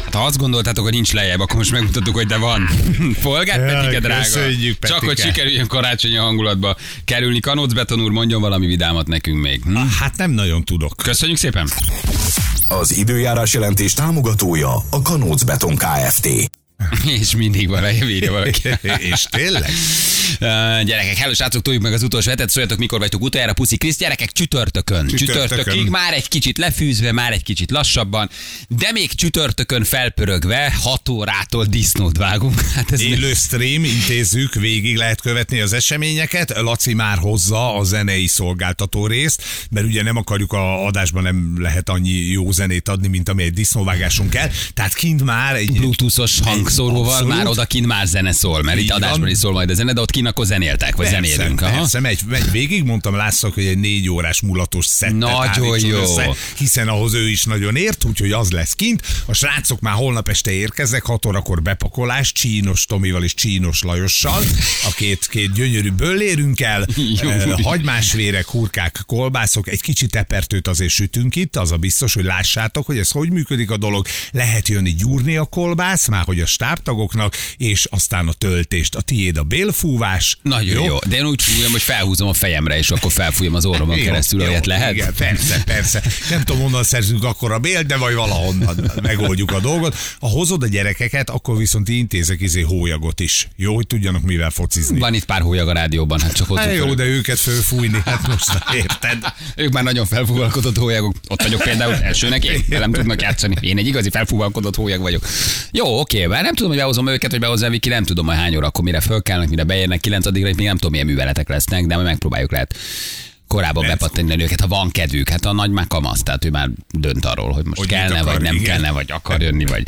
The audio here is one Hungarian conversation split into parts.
Hát ha azt gondoltátok, hogy nincs lejjebb, akkor most megmutattuk, hogy de van. Polgár Petike, drága. Köszönjük, Petike. Csak hogy sikerüljön karácsonyi hangulatba kerülni. Kanóc Beton úr, mondjon valami vidámat nekünk még. Hát nem nagyon tudok. Köszönjük szépen. Az időjárás jelentés támogatója a Kanóc Beton Kft. És mindig van lejjebb, írja valaki. És tényleg? Gyerekek, hello srácok, toljuk meg az utolsó hetet, szóljatok, mikor vagytok utoljára, puszi Krisz, gyerekek, csütörtökig, már egy kicsit lefűzve, már egy kicsit lassabban, de még csütörtökön felpörögve 6 órától disznót vágunk. Hát ez élő stream, intézzük, végig lehet követni az eseményeket, Laci már hozza a zenei szolgáltató részt, mert ugye nem akarjuk a adásban, nem lehet annyi jó zenét adni, mint amely egy disznóvágáson kell, tehát kint már egy bluetoothos hangszóróval már odakint már zene szól, mert itt adásban is szól majd a zene, de ott kint akkor zenéltek, vagy zenélünk. Persze, megy végig, mondtam Lászlónak, hogy egy 4 órás mulatos szettet nagyon jó. Össze, hiszen ahhoz ő is nagyon ért, úgyhogy az lesz kint. A srácok már holnap este érkeznek, 6 órakor bepakolás, Csínos Tomival és Csínos Lajossal, a két gyönyörű böllérünkkel, hagymásvérek, hurkák, kolbászok, egy kicsit tepertőt azért sütünk itt, az a biztos, hogy lássátok, hogy ez hogy működik a dolog. Lehet jönni gyúrni a kolbász, már hogy a stábtagoknak, és aztán a töltést. A tiéd a bélfúvás. Nagyon jó. De én úgy fújom, hogy felhúzom a fejemre, és akkor felfújom az orromon keresztül, olyat lehet. Igen, persze. Nem tudom, honnan szerzünk akkor a bélt, de vagy valahonnan megoldjuk a dolgot. Ha hozod a gyerekeket, akkor viszont intézek hólyagot is. Jó, hogy tudjanak mivel focizni. Van itt pár hólyag a rádióban, hát csak ott. Hát jó, de őket fölfújni, hát most érted. Ők már nagyon felfúvalkodott hólyagok. Ott vagyok például elsőnek, én velem tudnak játszani. Én egy igazi felfúvalkodott hólyag vagyok. Jó, oké, már nem tudom, hogy behozom őket, vagy behozzám Viki, nem tudom, hogy hány óra, akkor mire fölkelnek, mire beérnek 9-addigra, még nem tudom, milyen műveletek lesznek, de majd megpróbáljuk lehet korábban bepattintani őket, ha van kedvük. Hát a nagy már kamasz, tehát ő már dönt arról, hogy most hogy kellene, vagy nem kellene, vagy akar jönni, vagy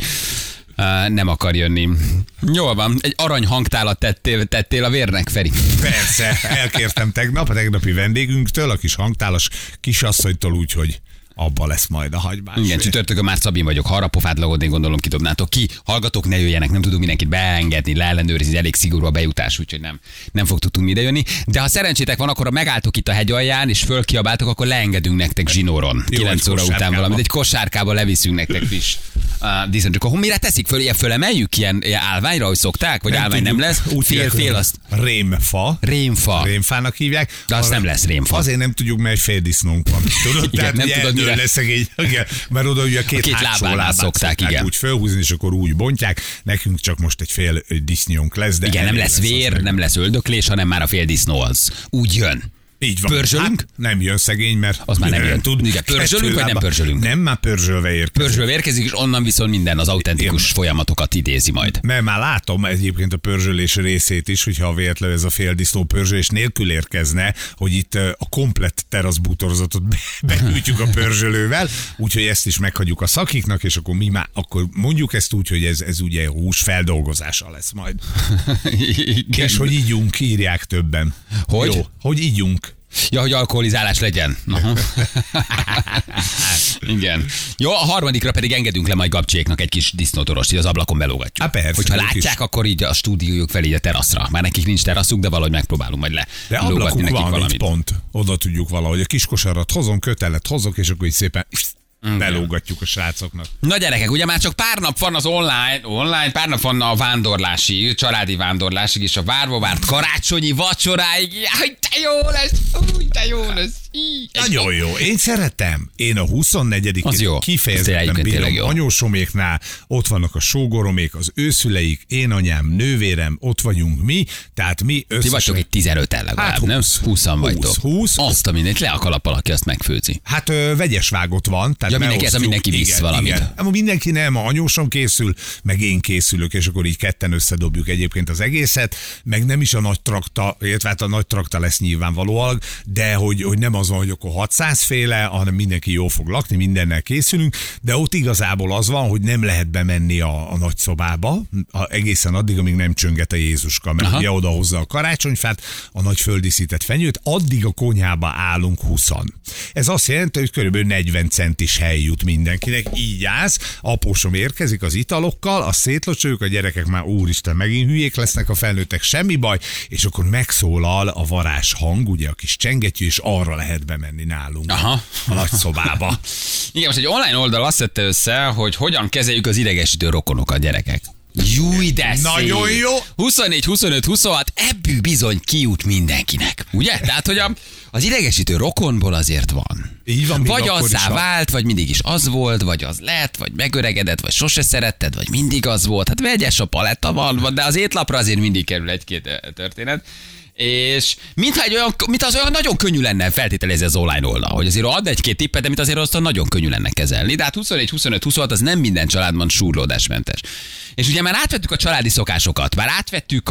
nem akar jönni. Jól van, egy arany hangtálat tettél a vérnek, Feri. Persze, elkértem tegnap a tegnapi vendégünktől, a kis hangtálas kisasszonytól, úgyhogy abba lesz majd a hagymás. Igen, csütörtökön már Szabin vagyok, harapofát lagod, én gondolom kidobnátok ki. Hallgatók ne jöjjenek, nem tudunk mindenkit beengedni, leellenőrizni, elég szigorú a bejutás, úgyhogy nem fogtok tudni idejönni. De ha szerencsétek van, akkor ha megálltok itt a hegy alján, és fölkiabáltok, akkor leengedünk nektek zsinóron. 9 óra után valamit, egy kosárkába leviszünk nektek friss disznót. Akkor mire teszik föl? Ilyen fölemeljük ilyen állványra, hogy szokták? Vagy nem állvány tudjuk, nem lesz? Fél azt. Rémfa. Rémfának hívják. De az nem lesz rémfa. Azért nem tudjuk, mert egy fél disznónk van. Tudod, igen, nem tudod, mire leszek így, mert oda ugye a két lábánál szokták, igen. Úgy fölhúzni, és akkor úgy bontják. Nekünk csak most egy fél disznónk lesz. De igen, nem lesz vér, nem lesz öldöklés, hanem már a fél disznó az. Úgy jön. Így van. Pörzsölünk? Hát nem jön szegény, mert az már nem jön. Igen, pörzsölünk, vagy nem pörzsölünk? Nem, már pörzsölve érkezik. Pörzsölve érkezik, és onnan viszont minden az autentikus folyamatokat idézi majd. Mert már látom egyébként a pörzsölés részét is, hogyha véletlenül ez a fél disznó pörzsölés nélkül érkezne, hogy itt a komplett teraszbútorozatot beütjük a pörzsölővel, úgyhogy ezt is meghagyjuk a szakiknak, és akkor mi már akkor mondjuk ezt úgy, hogy ez ugye hús feldolgozása lesz majd. És hogy ígyunk, írják többen. Hogy? Jó, hogy ígyunk. Ja, hogy alkoholizálás legyen. Igen. Jó, a harmadikra pedig engedünk le majd Gabcséknak egy kis disznótorost, így az ablakon belógatjuk. Persze, hogyha látják, akkor így a stúdiójuk fel így a teraszra. Már nekik nincs teraszuk, de valahogy megpróbálunk majd de ablakuk nekik van valamit. Pont. Oda tudjuk valahogy. A kis kosarat hozom, kötelet hozok, és akkor így szépen belógatjuk a srácoknak. Na gyerekek, ugye már csak pár nap van az online, pár nap van a vándorlásig, családi vándorlásig, és a várva várt karácsonyi vacsoráig. Jaj, de jó lesz! Új, de jó lesz! Nagyon jó, én szeretem. Én a 24-én kifejezetten bírom anyósoméknál, ott vannak a sógoromék, az őszüleik, én anyám, nővérem, ott vagyunk mi, tehát mi összesen... Ti vagytok egy 15-en legalább, hát 20, nem? 20-an vagytok. 20. Azt a mindent le a kalappal, aki azt megfőzi. Hát vegyes vágott van. Tehát mindenki visz valamit. Igen. Mindenki nem, a anyósom készül, meg én készülök, és akkor így ketten összedobjuk egyébként az egészet, meg nem is a nagy trakta, illetve hát a nagy trakta lesz nyilvánvalóan, de hogy nem az van, hogy akkor 600 féle, hanem mindenki jól fog lakni, mindennel készülünk, de ott igazából az van, hogy nem lehet bemenni a nagy szobába, egészen addig, amíg nem csönget a Jézuska, mert ugye oda hozza a karácsonyfát, a nagy földíszített fenyőt, addig a konyhába állunk 20-an. Ez azt jelenti, hogy körülbelül 40 centis hely jut mindenkinek, így állsz, apósom érkezik az italokkal, azt szétlocsoljuk, a gyerekek már úristen megint hülyék lesznek, a felnőttek semmi baj, és akkor megszólal a varázs hang, ugye a kis csengettyű, és arra lehet bemenni nálunk. Aha. A nagy szobába. Igen, most egy online oldal azt szedte össze, hogy hogyan kezeljük az idegesítő rokonokat, gyerekek. Júj, de szép. Nagyon jó. 24, 25, 26, ebből bizony kijut mindenkinek. Ugye? Tehát, hogy az idegesítő rokonból azért van. Így van, vagy akkor azzá is vált, vagy mindig is az volt, vagy az lett, vagy megöregedett, vagy sose szeretted, vagy mindig az volt. Hát vegyes a paletta van, de az étlapra azért mindig kerül egy-két történet. És mint az olyan nagyon könnyű lenne feltételezni az online oldal, hogy azért ad egy-két tippet, de mint azért azt nagyon könnyű lenne kezelni. De hát 24, 25, 26 az nem minden családban súrlódásmentes. És ugye már átvettük a családi szokásokat, már átvettük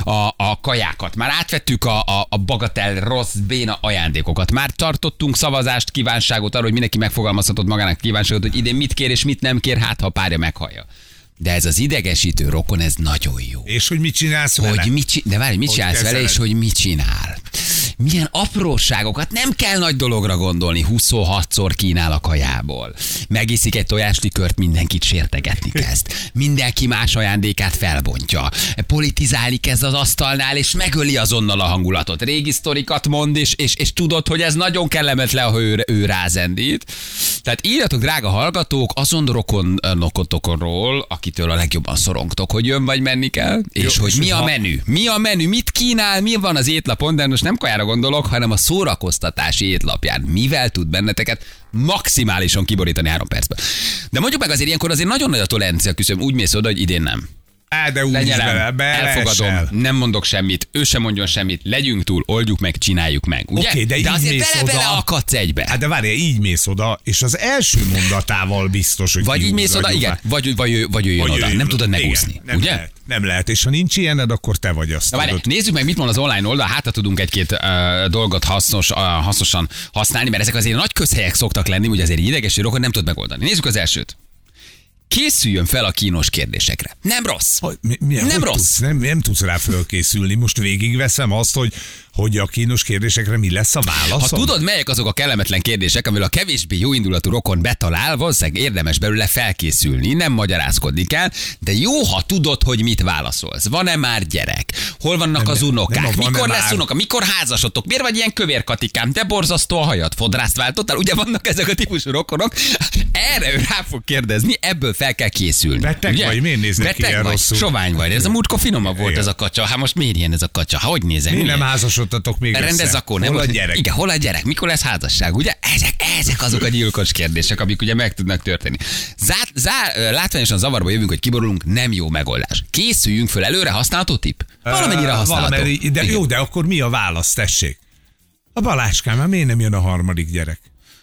a kajákat, már átvettük a bagatel rossz béna ajándékokat, már tartottunk szavazást, kívánságot arra, hogy mindenki megfogalmazhatott magának kívánságot, hogy idén mit kér és mit nem kér, hát ha a párja meghallja. De ez az idegesítő rokon, ez nagyon jó. És hogy mit csinálsz vele? De várj, mit csinálsz vele, és hogy mit csinál. Milyen apróságokat, nem kell nagy dologra gondolni, 26-szor kínál a kajából. Megiszik egy tojáslikört, mindenkit sértegetni kezd. Mindenki más ajándékát felbontja. Politizálni kezd az asztalnál, és megöli azonnal a hangulatot. Régi sztorikat mond, és tudod, hogy ez nagyon kellemetlen, ha ő rázendít. Tehát írjatok, drága hallgatók, azon rokonokotokról, akitől a legjobban szorongtok, hogy jön vagy menni kell, és jó, hogy és mi a menü. Mi a menü, mit kínál, mi van az étlapon, de most nem kajára gondolok, hanem a szórakoztatási étlapján. Mivel tud benneteket maximálisan kiborítani 3 percben. De mondjuk meg azért ilyenkor azért nagyon nagy a tolerancia küszöb, úgy mész oda, hogy idén nem. De úgy lenyelem, elfogadom, nem mondok semmit, ő sem mondjon semmit, legyünk túl, oldjuk meg, csináljuk meg. Ugye? Okay, de azért bele akadsz egybe. Hát de várjál, így mész oda, és az első mondatával biztos, hogy vagy így mész oda, igen, vagy ő jön oda, nem tudod megúszni. Nem ugye? Lehet, nem lehet, és ha nincs ilyened, akkor te vagy azt. Nézzük meg, mit mond az online oldal, hát tudunk egy-két dolgot hasznosan használni, mert ezek azért nagy közhelyek szoktak lenni, ugye azért idegesítő rokon nem tudod megoldani. Nézzük az elsőt. Készüljön fel a kínos kérdésekre. Nem rossz. Nem rossz. Nem tudsz rá fölkészülni. Most végigveszem azt, hogy a kínos kérdésekre mi lesz a válasz. Ha tudod, melyek azok a kellemetlen kérdések, amivel a kevésbé jóindulatú rokon betalál, valószínűleg érdemes belőle felkészülni, nem magyarázkodni kell, de jó, ha tudod, hogy mit válaszolsz. Van-e már gyerek? Hol vannak az unokák? Mikor lesz unoka? Mikor házasodtok? Miért vagy ilyen kövér, Katikám? De borzasztó a hajad. Fodrászt váltottál? Ugye vannak ezek a típusú rokonok? Erre ő rá fog kérdezni, ebből fel kell készülni. Beteg ugye? Vagy, miért néznek ki ilyen rosszul? Sovány vagy. Ez a múltkor finomabb volt ez a kacsa. Hát most miért ilyen ez a kacsa? Hogy nézem? Mi nem házasodtatok még rendez akkor, nem? Hol a gyerek? Igen, hol a gyerek? Mikor lesz házasság? Ugye? Ezek azok a gyilkos kérdések, amik ugye meg tudnak történni. Látványosan zavarba jövünk, hogy kiborulunk, nem jó megoldás. Készüljünk föl előre, használható tipp? Valamennyire használható. De jó, de akkor mi a válasz? Tessék. A Baláskám, miért nem jön a harmadik gyerek?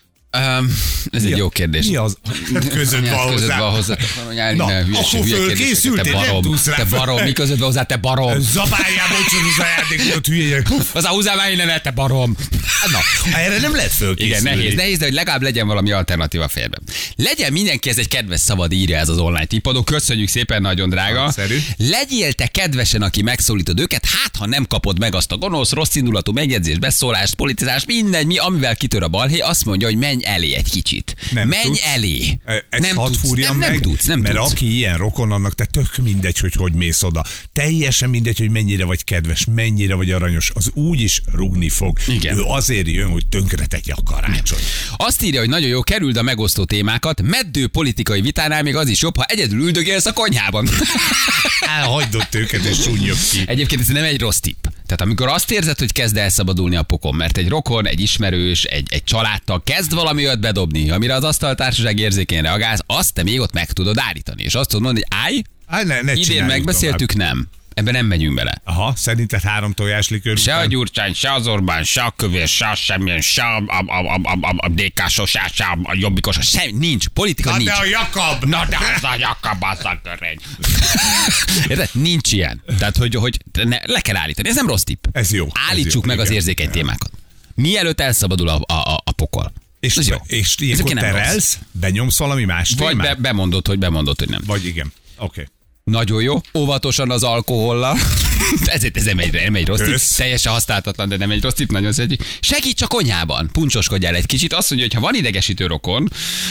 Ez egy jó kérdés. Mi az? Között van hozzá. Na, akkor fölkészültél, nem tudsz rá. Te barom, mi között van hozzá, te barom? Zabáljál, bocsod az ajándékot, hülye. Az a húzzál már innen el, te barom. Na, erre nem lehet fölkészülni. Igen, nehéz, de hogy legalább legyen valami alternatíva férben. Legyen mindenkihez egy kedves szavad, írja ez az online tippadó. Köszönjük szépen, nagyon drága. Szerű. Legyél te kedvesen, aki megszólítod őket, hát ha nem kapod meg azt a gonosz, rossz indulatú megjegyzést, beszólást, politizást, mindegy, amivel kitör a balhé, azt mondja, hogy menj elé egy kicsit. Menj elé. Nem tudsz. Mert aki ilyen rokon, annak te tök mindegy, hogy mész oda. Teljesen mindegy, hogy mennyire vagy kedves, mennyire vagy aranyos. Az úgy is rugni fog. Igen. Ő azért jön, hogy tönkretegye a karácsony. Azt írja, hogy nagyon jó, kerüld a megosztó témákat. Meddő politikai vitánál még az is jobb, ha egyedül üldögélsz a konyhában. Hagyd ott őket, és súnyog ki. Egyébként ez nem egy rossz tipp. Tehát amikor azt érzed, hogy kezd elszabadulni a pokon, mert egy rokon, egy ismerős, egy családtag kezd valami olyat bedobni, amire az asztaltársaság érzékén reagálsz, azt te még ott meg tudod állítani. És azt tudod mondani, hogy ne idén megbeszéltük, tovább. Nem. Ebben nem megyünk bele. Aha, szerinted 3 tojáslikör se a Gyurcsány, se az Orbán, se a Kövér, se a semmilyen, se a DK-sos, se a Jobbikos, semmi, nincs. Politika nincs. De a Jakab! Na de az a Jakab, az a körény. Érted? Nincs ilyen. Tehát, hogy le kell állítani. Ez nem rossz tipp. Ez jó. Állítsuk meg az érzékeny témákat. Mielőtt elszabadul a pokol. És ilyenkor terelsz, benyomsz valami más témát? Vagy bemondod, hogy nem. Vagy igen. Oké. Nagyon jó. Óvatosan az alkohollal. Ez nem egy rossz tipp. Teljesen használhatatlan, de nem egy rossz tipp. Nagyon szeretjük. Segíts a konyhában. Puncsoskodjál egy kicsit. Azt mondja, hogy ha van idegesítő rokon,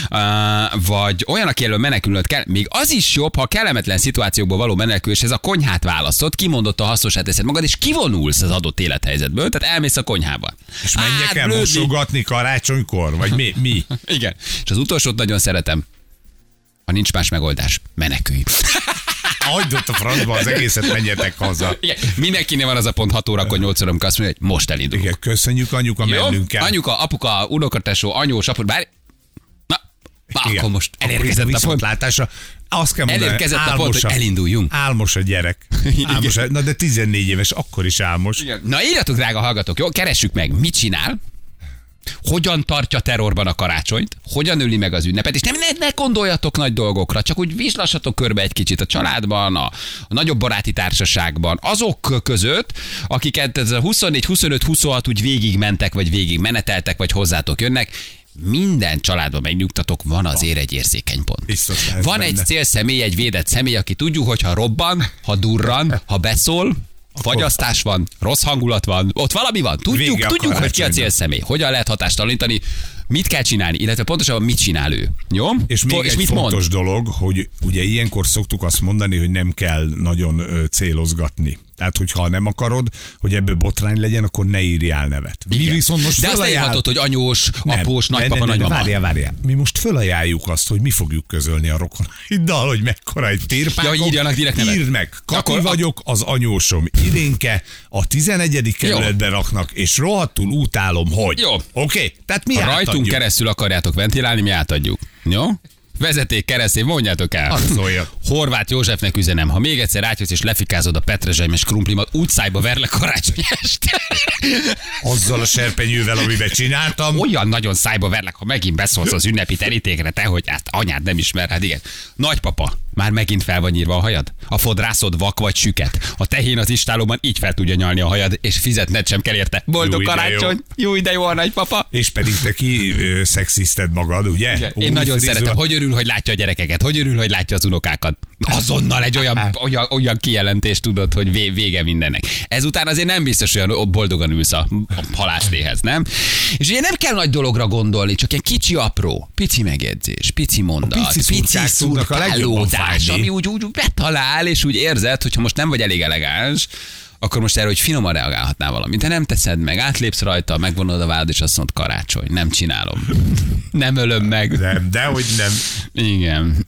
vagy olyan, aki elől menekülnöd kell, még az is jobb, ha kellemetlen szituációkból való meneküléshez a konyhát választod, kimondottan hasznosát teszed magad, és kivonulsz az adott élethelyzetből, tehát elmész a konyhába. És menjek el mosogatni karácsonykor? Vagy mi? Igen. És az utolsót nagyon szeretem. Ha nincs más megoldás, menekülj. Hagyd ott a francba, az egészet, menjetek haza. Igen, mindenkinél van az a pont 6 órakor, 8 óra, amikor azt mondja, hogy most elindulunk. Igen, köszönjük anyuka, mennünk kell. Anyuka, apuka, unokatesó, anyós, apud, bár... Na, akkor most elérkezett a pont. Látásra. Azt kell mondani, elérkezett a pont, hogy elinduljunk. Álmos a gyerek. Álmos, na de 14 éves, akkor is álmos. Igen. Na írjatok, drága hallgatók, jó? Keressük meg, mit csinál, hogyan tartja terrorban a karácsonyt, hogyan öli meg az ünnepet, és ne gondoljatok nagy dolgokra, csak úgy vizslassatok körbe egy kicsit a családban, a nagyobb baráti társaságban, azok között, akiket ez a 24, 25, 26 úgy végigmentek, vagy végigmeneteltek, vagy hozzátok jönnek. Minden családban megnyugtatok, van azért egy érzékeny pont. Van egy célszemély, egy védett személy, aki tudjuk, hogy ha robban, ha durran, ha beszól, fagyasztás van, rossz hangulat van, ott valami van. Tudjuk, hogy ki a célszemély. Hogyan lehet hatástalanítani, mit kell csinálni, illetve pontosabban mit csinál ő. Jó? És még egy mit fontos dolog, hogy ugye ilyenkor szoktuk azt mondani, hogy nem kell nagyon célozgatni. Tehát, hogyha nem akarod, hogy ebből botrány legyen, akkor ne írjál nevet. Mi viszont most de azt nem mondhatod, hogy anyós, após, nagypapa, nagymama. Várjál. Mi most fölajánljuk azt, hogy mi fogjuk közölni a rokonaiddal, hogy mekkora egy térpákom. Ja, írjanak direkt nevet. Írd meg. Kati vagyok, az anyósom Irénke, a 11. kerületben raknak, és rohadtul utálom, hogy. Jó. Oké? Tehát mi átadjuk. Rajtunk keresztül akarjátok ventilálni, mi átadjuk. Jó? Vezeték keresztén, mondjátok el. Horváth Józsefnek üzenem, ha még egyszer átjössz és lefikázod a petrezselymes krumplimat, utcájba verlek karácsony este. Azzal a serpenyővel, amiben csináltam. Olyan nagyon szájba verlek, ha megint beszólsz az ünnepi terítékre, te, hogy ezt anyád nem ismer. Hát igen. Nagypapa, már megint fel van írva a hajad? A fodrászod vak vagy süket. A tehén az istálóban így fel tudja nyalni a hajad, és fizetned sem kell érte. Boldog karácsony! Jó ide jó a nagypapa! És pedig te ki szexiszted magad, ugye? Igen. Én nagyon szeretem. Hogy örül, hogy látja a gyerekeket, hogy örül, hogy látja az unokákat. Azonnal egy olyan kijelentést tudod, hogy vége mindennek. Ezután azért nem biztos, olyan boldogan ülsz a halászléhez, nem? És ugye nem kell nagy dologra gondolni, csak egy kicsi apró, pici megjegyzés, pici mondat, pici szurkálódás, ami úgy betalál, és úgy érzed, hogyha most nem vagy elég elegáns, akkor most erre, hogy finoman reagálhatnál valamit. De nem teszed meg, átlépsz rajta, megvonod a vád, és azt mondod, karácsony, nem csinálom. Nem ölöm meg. Nem, dehogy nem. Igen.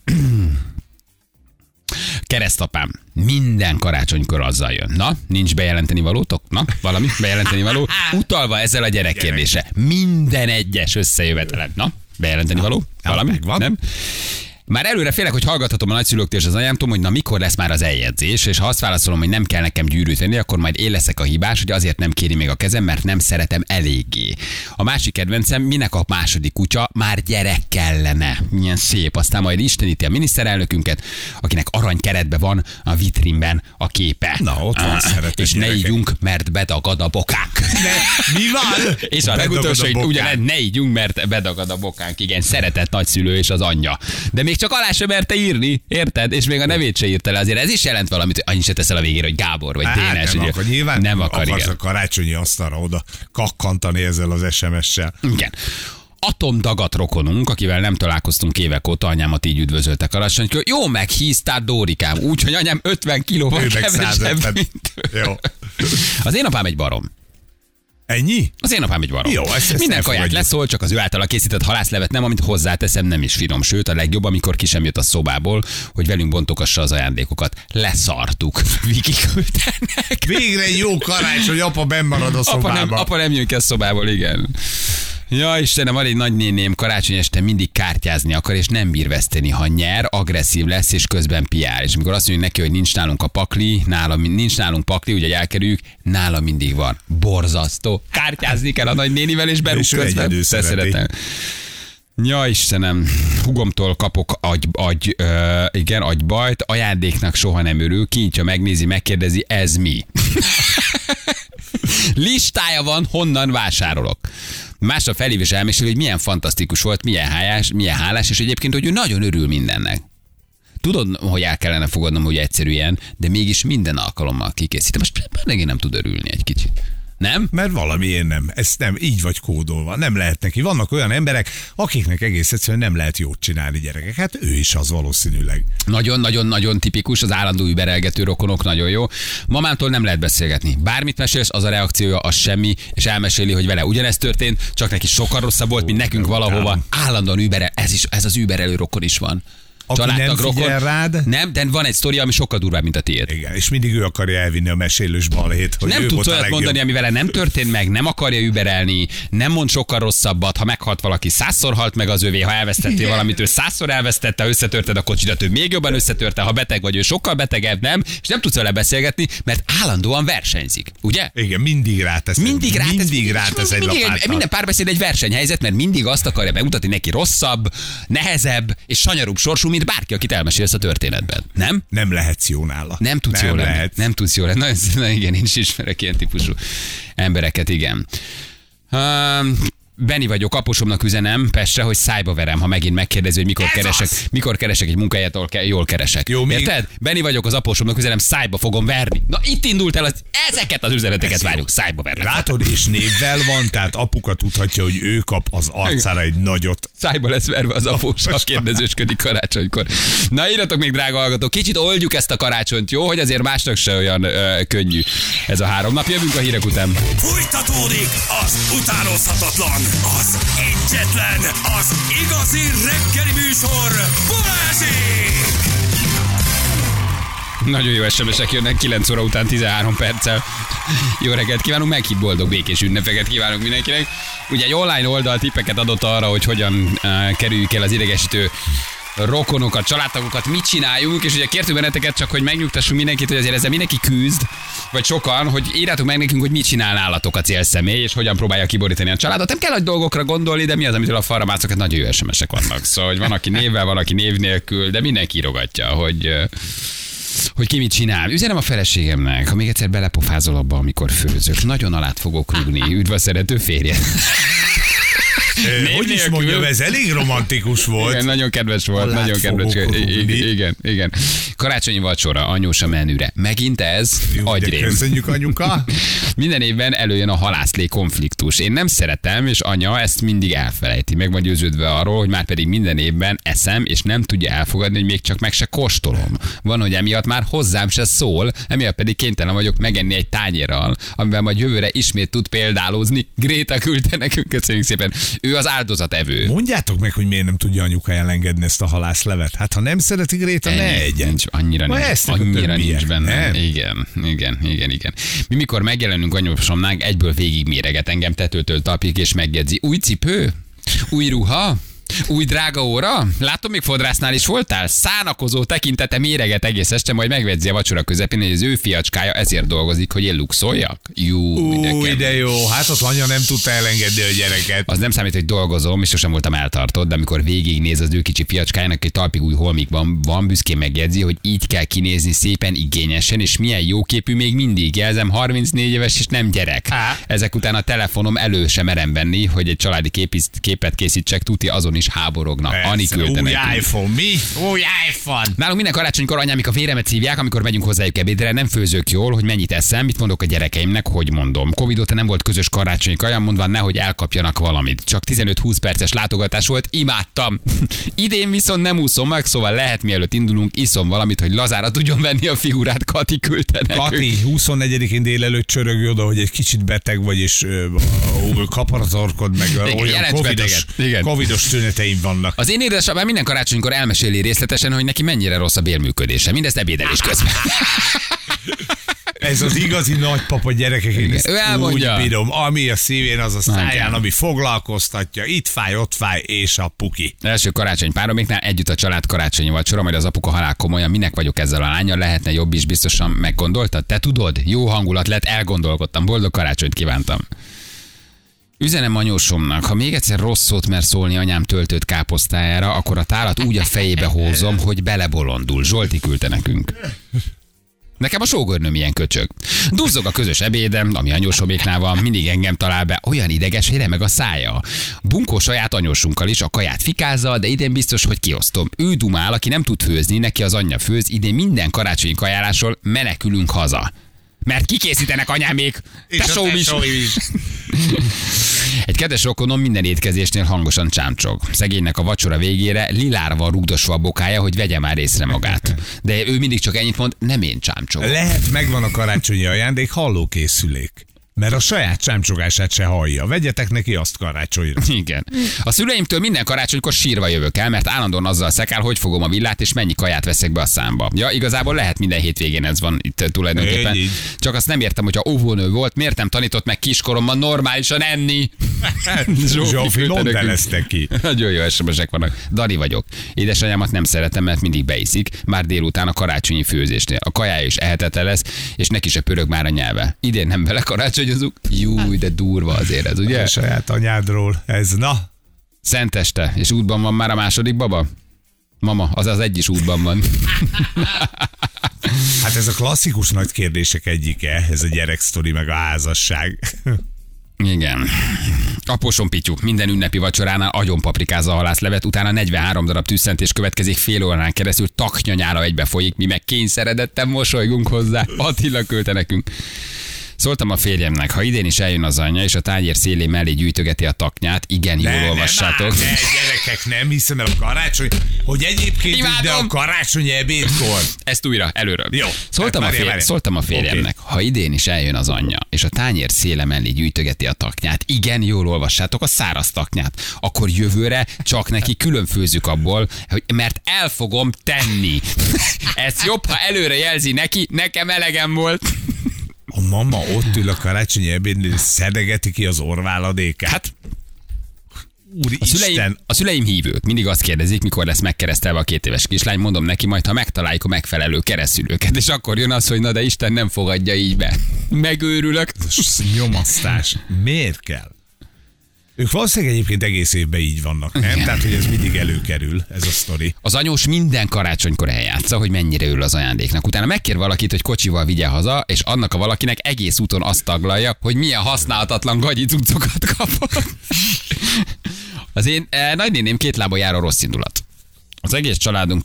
Keresztapám minden karácsonykor azzal jön. Na, nincs bejelenteni valótok? Na, valami bejelenteni való? Utalva ezzel a gyerekkérdése. Minden egyes összejövetelen. Na, bejelenteni való? Valami? Nem? Már előre félek, hogy hallgathatom a nagyszülőktől és az anyámtól, hogy na mikor lesz már az eljegyzés, és ha azt válaszolom, hogy nem kell nekem gyűrűt venni, akkor majd én leszek a hibás, hogy azért nem kéri még a kezem, mert nem szeretem eléggé. A másik kedvencem, minek a második kutya, már gyerek kellene. Milyen szép. Aztán majd isteníti a miniszterelnökünket, akinek aranykeretben van a vitrínben a képe. Na, ott van szeretet. És ne ígyunk, mert bedagad a bokánk. Mi van? És a legutolsó, hogy ugyan ne ígyunk, mert bedagad a bokánk. Igen, szeretett nagyszülő és az anyja. De még csak alá sem merte írni, érted? És még a nevét se írta le. Azért ez is jelent valamit, hogy annyit se teszel a végére, hogy Gábor vagy Dénes. Nem akar, nyilván nem akar, akarsz a karácsonyi asztalra oda kakkantani ezzel az SMS-sel. Igen. Atomdagat rokonunk, akivel nem találkoztunk évek óta, anyámat így üdvözölte karácsonykor. Jó meghíztál, Dórikám, úgyhogy anyám 50 kilóval kevesebb, mint... Jó. Az én apám egy barom. Ennyi? Az én apám egy barom. Jó, ezt minden kaját leszól, csak az ő általa készített halászlevet nem, amit hozzáteszem, nem is finom. Sőt, a legjobb, amikor ki sem jött a szobából, hogy velünk bontogassa az ajándékokat. Leszartuk. Viki küldtenek. Végre egy jó karács, hogy apa benn marad a szobába. Apa nem jön ki a szobából, igen. Ja, Istenem, van egy nagynéném, karácsony este mindig kártyázni akar, és nem bír veszteni. Ha nyer, agresszív lesz, és közben piál. És amikor azt mondjuk neki, hogy nincs nálunk a pakli, nincs nálunk pakli, ugye elkerüljük, nála mindig van. Borzasztó. Kártyázni kell a nagynénivel, és berúg közben. Szeretem. Ja, Istenem, hugomtól kapok agybajt, ajándéknak soha nem örül, kinyitja, megnézi, megkérdezi, ez mi? Listája van, honnan vásárolok. Másra felhív és elmesél, hogy milyen fantasztikus volt, milyen hálás, és egyébként, hogy ő nagyon örül mindennek. Tudod, hogy el kellene fogadnom, hogy egyszerűen, de mégis minden alkalommal kikészítem. Most neki nem tud örülni egy kicsit. Nem? Mert valamiért nem. Ez nem így vagy kódolva. Nem lehet neki. Vannak olyan emberek, akiknek egész egyszerűen nem lehet jót csinálni, gyerekek. Hát ő is az valószínűleg. Nagyon-nagyon-nagyon tipikus, az állandó überelgető rokonok, nagyon jó. Mamától nem lehet beszélgetni. Bármit mesélsz, az a reakciója, az semmi, és elmeséli, hogy vele ugyanezt történt, csak neki sokkal rosszabb volt, mint nekünk valahova. Állandóan überel, ez az überelő rokon is van. Aki nem figyel rád. Nem, de van egy sztori, ami sokkal durvább, mint a tiéd. Igen, és mindig ő akarja elvinni a mesélős balhét, hogy nem ő tudsz olyat mondani, ami vele nem történt meg, nem akarja überelni, nem mond sokkal rosszabbat, ha meghalt valaki, 100-szor halt meg az övé, ha elvesztettél valamit, ő 100-szor elvesztette, ha összetörted a kocsidat, ő még jobban összetörte, ha beteg vagy, ő sokkal betegebb, nem, és nem tudsz vele beszélgetni, mert állandóan versenyzik, ugye? Igen, mindig rátesz egy lapáttal. Minden párbeszéd egy versenyhelyzet, mert mindig azt akarja megmutatni neki rosszabb, nehezebb és sanyarúbb sorsú, mint bárki, akit elmesélsz a történetben. Nem? Nem lehetsz jó nála. Nem tudsz jó lenni. Nem tudsz jó lenni. Na igen, én is ismerek ilyen típusú embereket, igen. Benni vagyok, aposomnak üzenem Pestre, hogy szájba verem, ha megint megkérdezi, hogy mikor keresek egy munkahelyet, ahol jól keresek. Jó, érted? Benni vagyok, az aposomnak üzenem, szájba fogom verni. Na itt indult el, ezeket az üzeneteket várjuk, szájba verni. Látod, és névvel van, tehát apuka tudhatja, hogy ő kap az arcára egy nagyot. Szájba lesz verve az após, ha kérdezősködik karácsonykor. Na írjatok még, drága hallgatók, kicsit oldjuk ezt a karácsonyt, jó? Hogy azért másnak se olyan könnyű ez a 3 nap. Jövünk a hírek után. Folytatódik az utánozhatatlan, az egyetlen, az igazi reggeli műsor, Balázsék! Nagyon jó SMS-ek jönnek 9 óra után 13 perccel. Jó reggelt kívánunk, meghitt boldog békés ünnepeket kívánunk mindenkinek. Ugye egy online oldal tippeket adott arra, hogy hogyan kerüljük el az idegesítő rokonokat, családtagokat, mit csináljunk, és ugye kértünk benneteket csak, hogy megnyugtassunk mindenkit, hogy azért ezzel mindenki küzd, vagy sokan, hogy írjátok meg nekünk, hogy mit csinál nálatok a célszemély, és hogyan próbálja kiborítani a családot. Nem kell nagy dolgokra gondolni, de mi az, amitől a falra mászok, hát nagyon jó SMS-ek vannak. Szóval, hogy van, aki névvel, van, aki név nélkül, de mindenki írogatja, hogy ki mit csinál. Üzenem a feleségemnek, ha még egyszer belepofázol abba, amikor főzök. Nagyon alát fogok rúgni. Üdv a szerető férje. Hogy is mondjam, ez elég romantikus volt. Igen, nagyon kedves volt, Alát nagyon kedves. fogok Igen. Karácsonyi vacsora, anyósa menüre. Megint ez, agyrém. Köszönjük, anyuka. Minden évben előjön a halászlé konfliktus. Én nem szeretem, és anya ezt mindig elfelejti. Meg van győződve arról, hogy már pedig minden évben eszem, és nem tudja elfogadni, hogy még csak meg se kóstolom. Van, hogy emiatt már hozzám se szól, emiatt pedig kénytelen vagyok megenni egy tányérral, amivel majd jövőre ismét tud példálózni. Gréta küldte nekünk, köszönjük szépen. Ő az áldozatevő. Mondjátok meg, hogy miért nem tudja anyuka elengedni ezt a halászlevet. Hát ha nem szereti Gréta, ne egyen. Annyira nincs benne. Nem? Igen. Mi mikor megjelenünk anyósomnál, egyből végigméreget engem tetőtől talpig, és megjegyzi. Új cipő? Új ruha? Új drága óra? Látom, még fodrásznál is voltál? Szánakozó tekintete méreget egész este, majd megvedzi a vacsora közepén, hogy az ő fiacskája ezért dolgozik, hogy én luxoljak. De jó, hát ott anya nem tudta elengedni a gyereket. Az nem számít, hogy dolgozom, és sosem voltam eltartott, de amikor végignéz az ő kicsi fiacskájának, egy talpig új holmik van, büszkén megjegyzi, hogy így kell kinézni szépen, igényesen, és milyen jóképű még mindig. Jelzem, 34 éves, és nem gyerek. Ezek után a telefonom elő sem merem venni, hogy egy családi képet készítsek, tuti azon is háborognak. Ani küldte Új nekünk. iPhone, mi? Új iPhone. Nálunk minden karácsonykor anyámik a véremet szívják, amikor megyünk hozzájuk ebédre, nem főzök jól, hogy mennyit eszem, mit mondok a gyerekeimnek, hogy mondom. Covid óta nem volt közös karácsonyi kaja, mondva nehogy elkapjanak valamit. Csak 15-20 perces látogatás volt, imádtam. Idén viszont nem úszom meg, szóval lehet mielőtt indulunk, iszom valamit, hogy lazára tudjon venni a figurát, Kati küldte nekünk. Kati, 24-én délelőtt csörög oda, hogy egy kicsit beteg vagy, és kaparazorkod meg, olyan covidos tüneteim vannak. Az én édesapám minden karácsonykor elmeséli részletesen, hogy neki mennyire rossz a bélműködése. Mindezt ebédelés közben. Ez az igazi nagypapa gyerekek, én ezt ő elmondja. úgy bírom, ami a szívén, az a száján, ami foglalkoztatja, itt fáj, ott fáj, és a puki. Első karácsony páromiknál együtt a család karácsonyi vacsora, majd az apuka halál komolyan, minek vagyok ezzel a lányal, lehetne jobb is, biztosan meggondoltad? Te tudod, jó hangulat lett, elgondolkodtam, boldog karácsonyt kívántam. Üzenem anyósomnak, ha még egyszer rossz szót mer szólni anyám töltött káposztájára, akkor a tálat úgy a fejébe hozom, hogy belebolondul. Zsolti küldte nekünk. Nekem a sógornőm ilyen köcsög. Duzzog a közös ebédem, ami anyósoméknál van, mindig engem talál be, olyan ideges, hogy remeg a szája. Bunkó saját anyósunkkal is a kaját fikázza, de idén biztos, hogy kiosztom. Ő dumál, aki nem tud főzni, neki az anyja főz, idén minden karácsonyi kajálásról menekülünk haza. Mert kikészítenek anyámék, tesóm is. Egy kedves rokonom minden étkezésnél hangosan csámcsog. Szegénynek a vacsora végére lilára van rugdosva a bokája, hogy vegye már észre magát. De ő mindig csak ennyit mond, nem én csámcsogok. Lehet, megvan a karácsonyi ajándék, hallókészülék. Mert a saját csámcsogását se hallja. Vegyetek neki azt karácsonyra. Igen. A szüleimtől minden karácsonykor sírva jövök el, mert állandóan azzal szekál, hogy fogom a villát, és mennyi kaját veszek be a számba. Ja, igazából lehet minden hétvégén ez van itt tulajdonképpen. Így. Csak azt nem értem, hogyha óvónő volt, miért nem tanított meg kiskoromban normálisan enni? Zsófi, mondd el ezt neki. Nagyon jó SMS-ek vannak. Dani vagyok. Édesanyámat nem szeretem, mert mindig beiszik, már délután a karácsonyi főzésnél. A kajája is ehetetlen lesz, és neki se pörög már a nyelve. Idén nem vele karácsonyozunk. Júj, de durva azért ez, ugye? A saját anyádról ez, na. Szenteste, és útban van már a második baba? Mama, az egy is útban van. Hát ez a klasszikus nagy kérdések egyike, ez a gyereksztori meg a házasság. Igen. Apósom Pityu minden ünnepi vacsoránál agyon paprikázza a halászlevet, utána 43 darab tűzszentés következik, fél órán keresztül taknyanyára egybe folyik, mi meg kényszeredetten mosolygunk hozzá. Attila küldte nekünk. Szóltam a férjemnek, ha idén is eljön az anyja, és a tányér szélé mellé gyűjtögeti a taknyát, igen, jól olvassátok. Ne, gyerekek, nem hiszem el a karácsony, hogy egyébként ide a karácsonyi ebédkor. Ezt újra, előről. Jó. Szóltam a férjemnek, ha idén is eljön az anyja, és a tányér széle mellé gyűjtögeti a taknyát, igen, jól olvassátok a száraz taknyát, akkor jövőre csak neki külön főzzük abból, mert el fogom tenni. Ez jobb, ha előre jelzi neki, nekem elegem volt. A mama ott ül a karácsonyi ebédnél, szedegeti ki az orváladékát. Hát, a szüleim hívők, mindig azt kérdezik, mikor lesz megkeresztelve a 2 éves kislány, mondom neki, majd ha megtaláljuk a megfelelő keresztülőket, és akkor jön az, hogy na de Isten nem fogadja így be. Megőrülök. Nyomasztás. Miért kell? Ők valószínűleg egyébként egész évben így vannak, nem? Igen. Tehát, hogy ez mindig előkerül, ez a sztori. Az anyós minden karácsonykor eljátsza, hogy mennyire ül az ajándéknak. Utána megkér valakit, hogy kocsival vigye haza, és annak a valakinek egész úton azt taglalja, hogy milyen használhatatlan gagyi cuccokat kapott. Az én nagynéném 2 lábon jár a rossz indulat. Az egész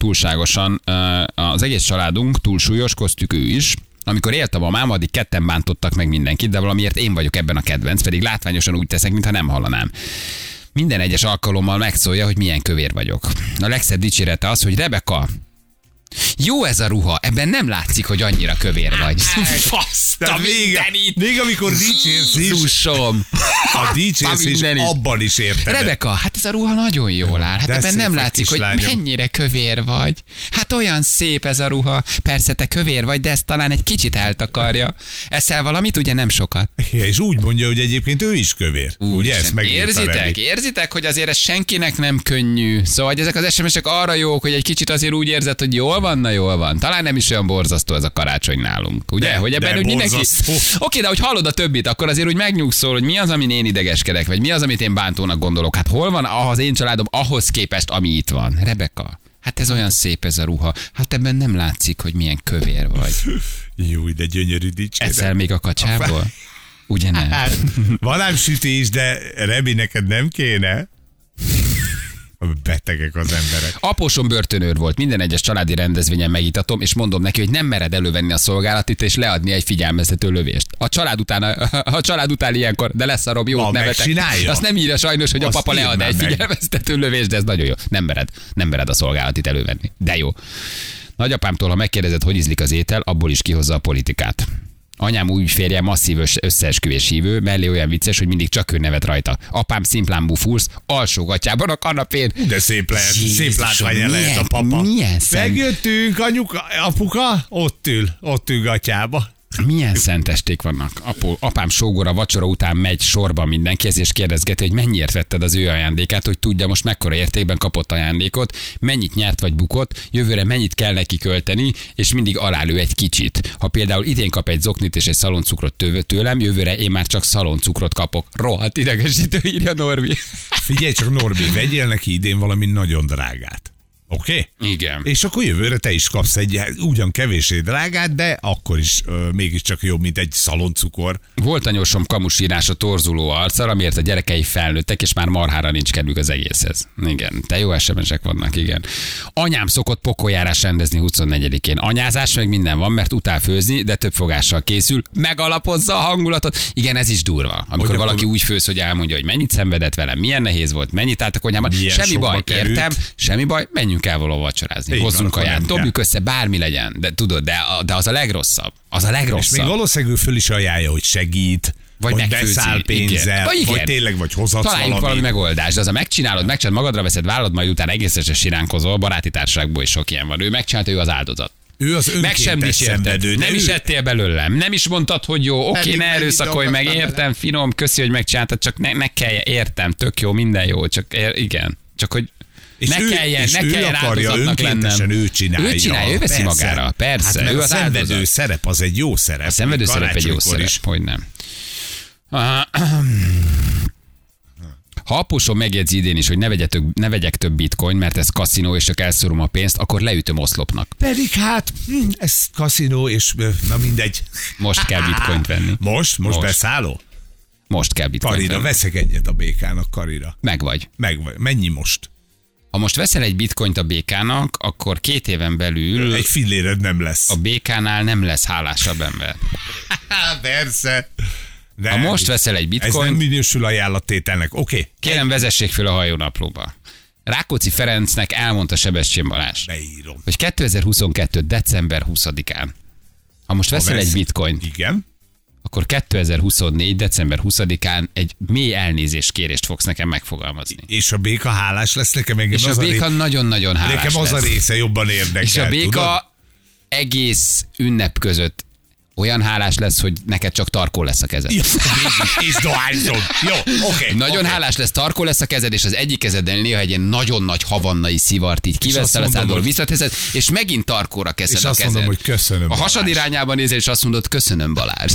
családunk túlsúlyos, köztük ő is. Amikor élt a mamám, addig ketten bántottak meg mindenkit, de valamiért én vagyok ebben a kedvenc, pedig látványosan úgy teszek, mintha nem hallanám. Minden egyes alkalommal megszólja, hogy milyen kövér vagyok. A legszebb dicsérete az, hogy Rebeka, jó ez a ruha, ebben nem látszik, hogy annyira kövér vagy. De még amikor dicsérsz is, a dicsérsz is abban is érted. Rebeka, hát ez a ruha nagyon jól áll. Hát de ebben nem látszik, hogy mennyire kövér vagy. Hát olyan szép ez a ruha. Persze te kövér vagy, de ezt talán egy kicsit eltakarja. Eszel valamit, ugye nem sokat. Ja, és úgy mondja, hogy egyébként ő is kövér. Ugye ezt érzitek, hogy azért ez senkinek nem könnyű. Szóval ezek az SMS-ek arra jók, hogy egy kicsit azért úgy érzed, hogy jól van. Talán nem is olyan borzasztó ez a karácsony nálunk. Ugye? Hogy ebben úgy mindenki... Oké, de hogy hallod a többit, akkor azért úgy megnyugszol, hogy mi az, amin én idegeskedek, vagy mi az, amit én bántónak gondolok. Hát hol van az én családom ahhoz képest, ami itt van? Rebeka, hát ez olyan szép ez a ruha. Hát ebben nem látszik, hogy milyen kövér vagy. Jó, de gyönyörű dicséret. Eszel még a kacsából? Ugye nem? Hát, van ám sütés, de Rebi, neked nem kéne? Betegek az emberek. Apósom börtönőr volt, minden egyes családi rendezvényen megítatom, és mondom neki, hogy nem mered elővenni a szolgálatit és leadni egy figyelmeztető lövést. A család után ilyenkor, de lesz a Rob, jót nevetek. Azt nem írja sajnos, hogy azt a papa lead egy figyelmeztető lövést, de ez nagyon jó. Nem mered a szolgálatit elővenni. De jó. Nagyapámtól, ha megkérdezed, hogy ízlik az étel, abból is kihozza a politikát. Anyám új férje masszív összeesküvés hívő, mellé olyan vicces, hogy mindig csak ő nevet rajta. Apám szimplán bufursz, alsógatjában a kanapén. De szép lehet, szép látvány lehet a papa. Megjöttünk, anyuka, apuka, ott ül gatyába. Milyen szentesték vannak. Apám sógora vacsora után megy sorban mindenkihez, és kérdezgeti, hogy mennyiért vetted az ő ajándékát, hogy tudja most mekkora értékben kapott ajándékot, mennyit nyert vagy bukott, jövőre mennyit kell neki költeni, és mindig alálő egy kicsit. Ha például idén kap egy zoknit és egy szaloncukrot tőlem, jövőre én már csak szaloncukrot kapok. Rohadt idegesítő, írja Norbi. Figyelj csak, Norbi, vegyél neki idén valami nagyon drágát. Oké? Igen. És akkor jövőre te is kapsz egy ugyan kevésé drágát, de akkor is mégiscsak jobb, mint egy szaloncukor. Volt anyósom kamusírás a torzuló arccal, amiért a gyerekei felnőttek, és már marhára nincs kedvük az egészhez. Igen, te jó SMS-ek vannak, igen. Anyám szokott pokoljárás rendezni 24-én. Anyázás meg minden van, mert utál főzni, de több fogással készül, megalapozza a hangulatot. Igen, ez is durva. Amikor valaki úgy főz, hogy elmondja, hogy mennyit szenvedett velem, milyen nehéz volt, mennyit állt a konyhában. Semmi baj, értem, semmi baj, menjünk el valahol vacsorázni. Hozzunk kaját, dobjuk össze, bármi legyen. De tudod, de az a legrosszabb. Az a legrosszabb. És még valószínűleg föl is ajánlja, hogy segít, vagy beszáll pénzzel, vagy tényleg, vagy hozhatsz találjunk valami megoldást. De az a megcsinálod, magadra veszed, vállod, majd utána egészesen siránkozol, baráti társaságból is sok ilyen van. Ő megcsinálta, ő az áldozat. Ő az önkéntes szenvedő. Nem is ettél belőlem. Nem is mondtad, hogy jó, oké, ne erőszakolj meg, értem, finom, köszi, hogy megcsináltad, csak ne kelljen, értem, tök jó, minden jó, csak igen. Csak hogy és ne kelljen áldozatnak lennem. Ő csinálja, ő veszi magára, persze. Hát ő a az szenvedő áldozat. szerep az egy jó szerep. A szenvedő szerep egy jó szerep, hogy nem. Ha apusom megjegyzi idén is, hogy ne vegyek több bitcoin, mert ez kaszinó, és csak elszorom a pénzt, akkor leütöm oszlopnak. Pedig hát, ez kaszinó, és na mindegy. Most kell bitcoint venni. Most beszálló? Most kell bitcoint Karira, venni. veszek egyet a békának, Karira. Megvagy. Mennyi most? Ha most veszel egy bitcoint a békának, akkor 2 éven belül Egy filléred nem lesz. a békánál nem lesz hálásabb ember. Persze. De Ha most veszel egy ez bitcoint, nem minősül ajánlattételnek. Oké. kérem vezessék fel a hajónaplóba. Rákóczi Ferencnek elmondta Sebestyén Balázs, Beírom. hogy 2022. december 20-án, ha most veszel egy bitcoint, Igen. akkor 2024. december 20-án egy mély elnézéskérést fogsz nekem megfogalmazni. És a béka hálás lesz nekem. És a béka nagyon-nagyon hálás Nekem az a lesz. része jobban érdekel. És a béka tudod? egész ünnep között olyan hálás lesz, hogy neked csak tarkó lesz a kezed. Ja, és dohányzom. Jó, oké. Nagyon hálás lesz, tarkó lesz a kezed, és az egyik kezeddel néha egy ilyen nagyon nagy havannai szivart így kiveszel a azt mondom, szádból, hogy- visszateszed, és megint tarkóra keszed És a azt kezed. mondom, hogy köszönöm, A Balázs. hasad irányában nézel, és azt mondod, köszönöm, Balázs.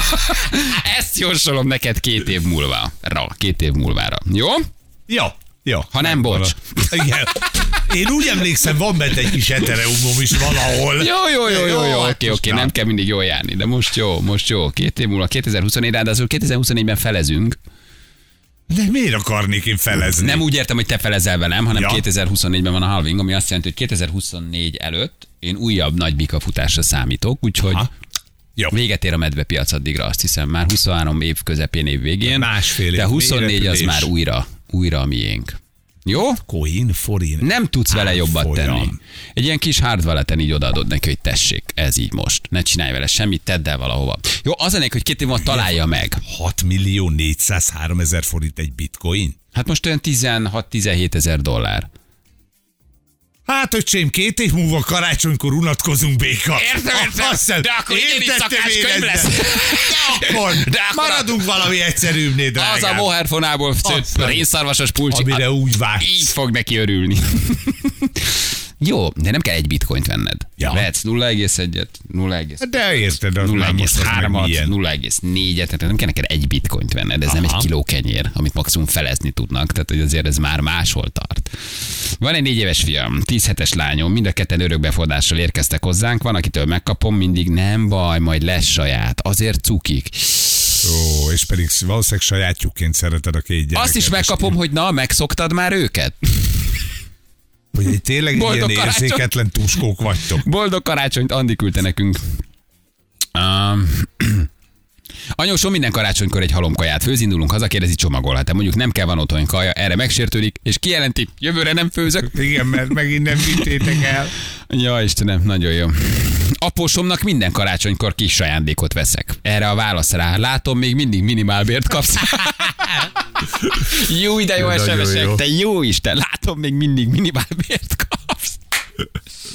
Ezt jósolom neked 2 év múlva. 2 év múlvára. Jó? Jó. Ha nem, bocs. Igen. Én úgy emlékszem, van bent egy kis etereumom is valahol. Jó, hát most oké, nem kell mindig jól járni, de most jó. 2 év múlva, 2024, ráadásul 2024-ben felezünk. De miért akarnék én felezni? Nem úgy értem, hogy te felezel velem, hanem Ja. 2024-ben van a halving, ami azt jelenti, hogy 2024 előtt én újabb nagy bikafutásra számítok, úgyhogy Aha. Jó. véget ér a medvepiac addigra, azt hiszem, már 23 év közepén, év végén. Másfél év. De 24 az repülés. már újra a miénk. Jó? Coin, forint. Nem tudsz vele jobbat Árfolyam. tenni. Egy ilyen kis hard walleten így odaadod neki, hogy tessék, ez így most. Ne csinálj vele semmit, tedd el valahova. Jó, az ennek, hogy 2 év múlva találja meg. 6.403.000 forint egy bitcoin? Hát most olyan 16-17 ezer dollár. Hát, öcsém, 2 év múlva karácsonykor unatkozunk, béka. Értem, de akkor idén is szakácskönyv lesz. De akkor maradunk valami egyszerűbbnél, drágám. Az a moherfonából rénszarvasos pulcsi. Amire úgy vágysz. Így fog neki örülni. Jó, de nem kell egy bitcoint venned. Ja. Vehetsz 0,1-et, 0,2-et. De érted, az már most az meg 0,3-at, milyen. 0,4-et, tehát nem kell neked egy bitcoint venned, ez nem egy kiló kenyér, amit maximum felezni tudnak, tehát hogy azért ez már máshol tart. Van egy 4 éves fiam, 10 hetes lányom, mind a ketten örökbefogadással érkeztek hozzánk, van, akitől megkapom, mindig nem baj, majd lesz saját, azért cukik. Ó, és pedig valószínűleg sajátjukként szereted a 2 gyereket. Azt is megkapom, hogy na, megszoktad már őket? Hogy egy tényleg Boldog ilyen karácsony. érzéketlen tuskók vagytok. Boldog karácsonyt Andi küldte nekünk. Anyósom minden karácsonykor egy halomkaját főz, indulunk haza, kérdezi, csomagolhat-e. Mondjuk nem kell, van otthon kaja, erre megsértődik, és kijelenti, jövőre nem főzök. Igen, mert megint nem vittétek el. Ja, Istenem, nagyon jó. Apósomnak minden karácsonykor kis ajándékot veszek. Erre a válasz rá, látom, még mindig minimálbért kapsz. Jó, de jó Nagyon SMS-ek, jó. te jó Isten, látom, még mindig minimálbért kapsz.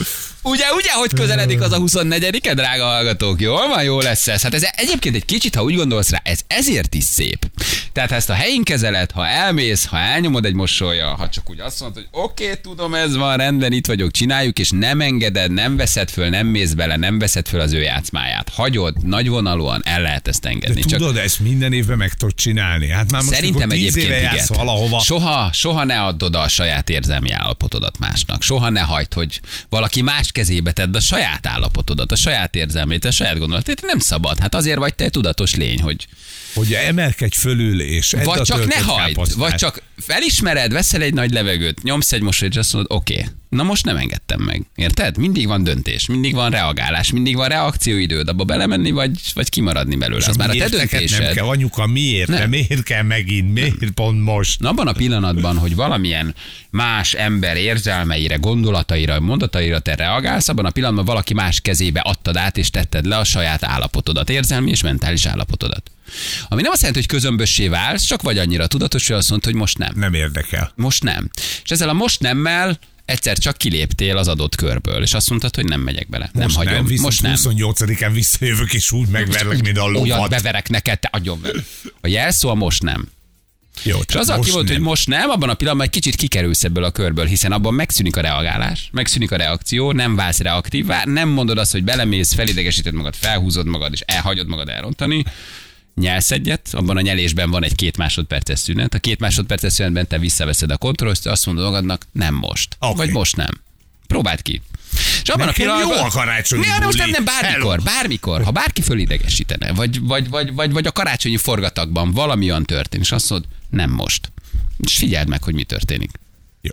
Ugye, hogy közeledik az a 24-e, drága hallgatók? Jól van, jó lesz ez. Hát ez egyébként egy kicsit, ha úgy gondolsz rá, ez ezért is szép. Tehát ha ezt a helyén kezeled, ha elmész, ha elnyomod egy mosolya, ha csak úgy azt mondod, hogy oké, tudom, ez van, rendben, itt vagyok, csináljuk, és nem engeded, nem veszed föl, nem mész bele, nem veszed föl az ő játszmáját. Hagyod, nagyvonalúan el lehet ezt engedni. De tudod, ezt minden évben meg tudod csinálni. Hát már most szerintem egyébként igen. Valahova. Soha ne add oda a saját érzelmi állapotodat másnak. Soha ne hagyd, hogy valaki más kezébe tedd a saját állapotodat, a saját érzelmét, a saját gondolatét. Nem szabad. Hát azért vagy te egy tudatos lény, hogy emelkedj fölül, és vagy csak ne hagyd, vagy csak felismered, veszel egy nagy levegőt, nyomsz egy mosolyt, és azt mondod, oké, na most nem engedtem meg. Érted? Mindig van döntés, mindig van reagálás, mindig van reakcióidőd, abba belemenni, vagy kimaradni belőle. Az már a te döntésed. Nem kell, anyuka, miért? Miért kell megint? Miért pont most? Na, abban a pillanatban, hogy valamilyen más ember érzelmeire, gondolataira, mondataira te reagálsz, abban a pillanatban valaki más kezébe adtad át, és tetted le a saját állapotodat, érzelmi és mentális állapotodat. Ami nem azt jelenti, hogy közömbössé válsz, csak vagy annyira tudatos, hogy azt mondod, hogy most nem. Nem érdekel. Most nem. És ezzel a most nemmel egyszer csak kiléptél az adott körből, és azt mondtad, hogy nem megyek bele. Most nem hagyom. Most nem. 28-án visszajövök, és úgy megverlek, mint a lovat. Olyan beverek neked, te agyon. A jelszó a most nem. Jó, és az, aki volt, hogy most nem, abban a pillanatban egy kicsit kikerülsz ebből a körből, hiszen abban megszűnik a reagálás, megszűnik a reakció, nem válsz reaktívvá, nem mondod azt, hogy belemész, felidegesíted magad, felhúzod magad, és elhagyod magad elrontani. Nyelsz egyet, abban a nyelésben van egy 2 másodperces szünet. A 2 másodperces szünetben te visszaveszed a kontrollt, azt mondod magadnak, nem most. Okay. Vagy most nem. Próbáld ki. És abban nekem a pillanatban... jó a karácsonyi buli. Most nem bármikor. Ha bárki fölidegesítene, vagy a karácsonyi forgatagban valami olyan történik, és azt mondod, nem most. És figyeld meg, hogy mi történik. Jó.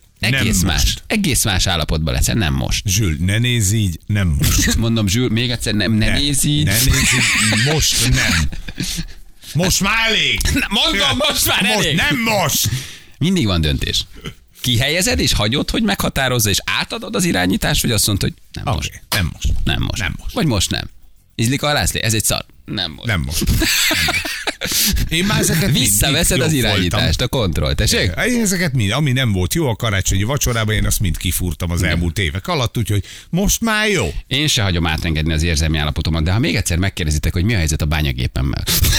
Egész más állapotban leszel, nem most. Zsül, ne nézz így, nem most. Mondom, Zsül, még egyszer, ne nézz így. Ne nézz így, most nem. Most már elég. Mondom, most már elég. Nem most. Mindig van döntés. Kihelyezed és hagyod, hogy meghatározza, és átadod az irányítást, vagy azt mondod, hogy nem most. Nem most. Vagy most nem. Ízlik a László? Ez egy szar. Nem most. Én már ezeket visszaveszed az irányítást, a kontrollt, tessék? Én ezeket mind, ami nem volt jó a karácsonyi vacsorában, én azt mind kifúrtam az elmúlt évek alatt, úgyhogy most már jó. Én se hagyom átengedni az érzelmi állapotomat, de ha még egyszer megkérdezitek, hogy mi a helyzet a bányagépemmel,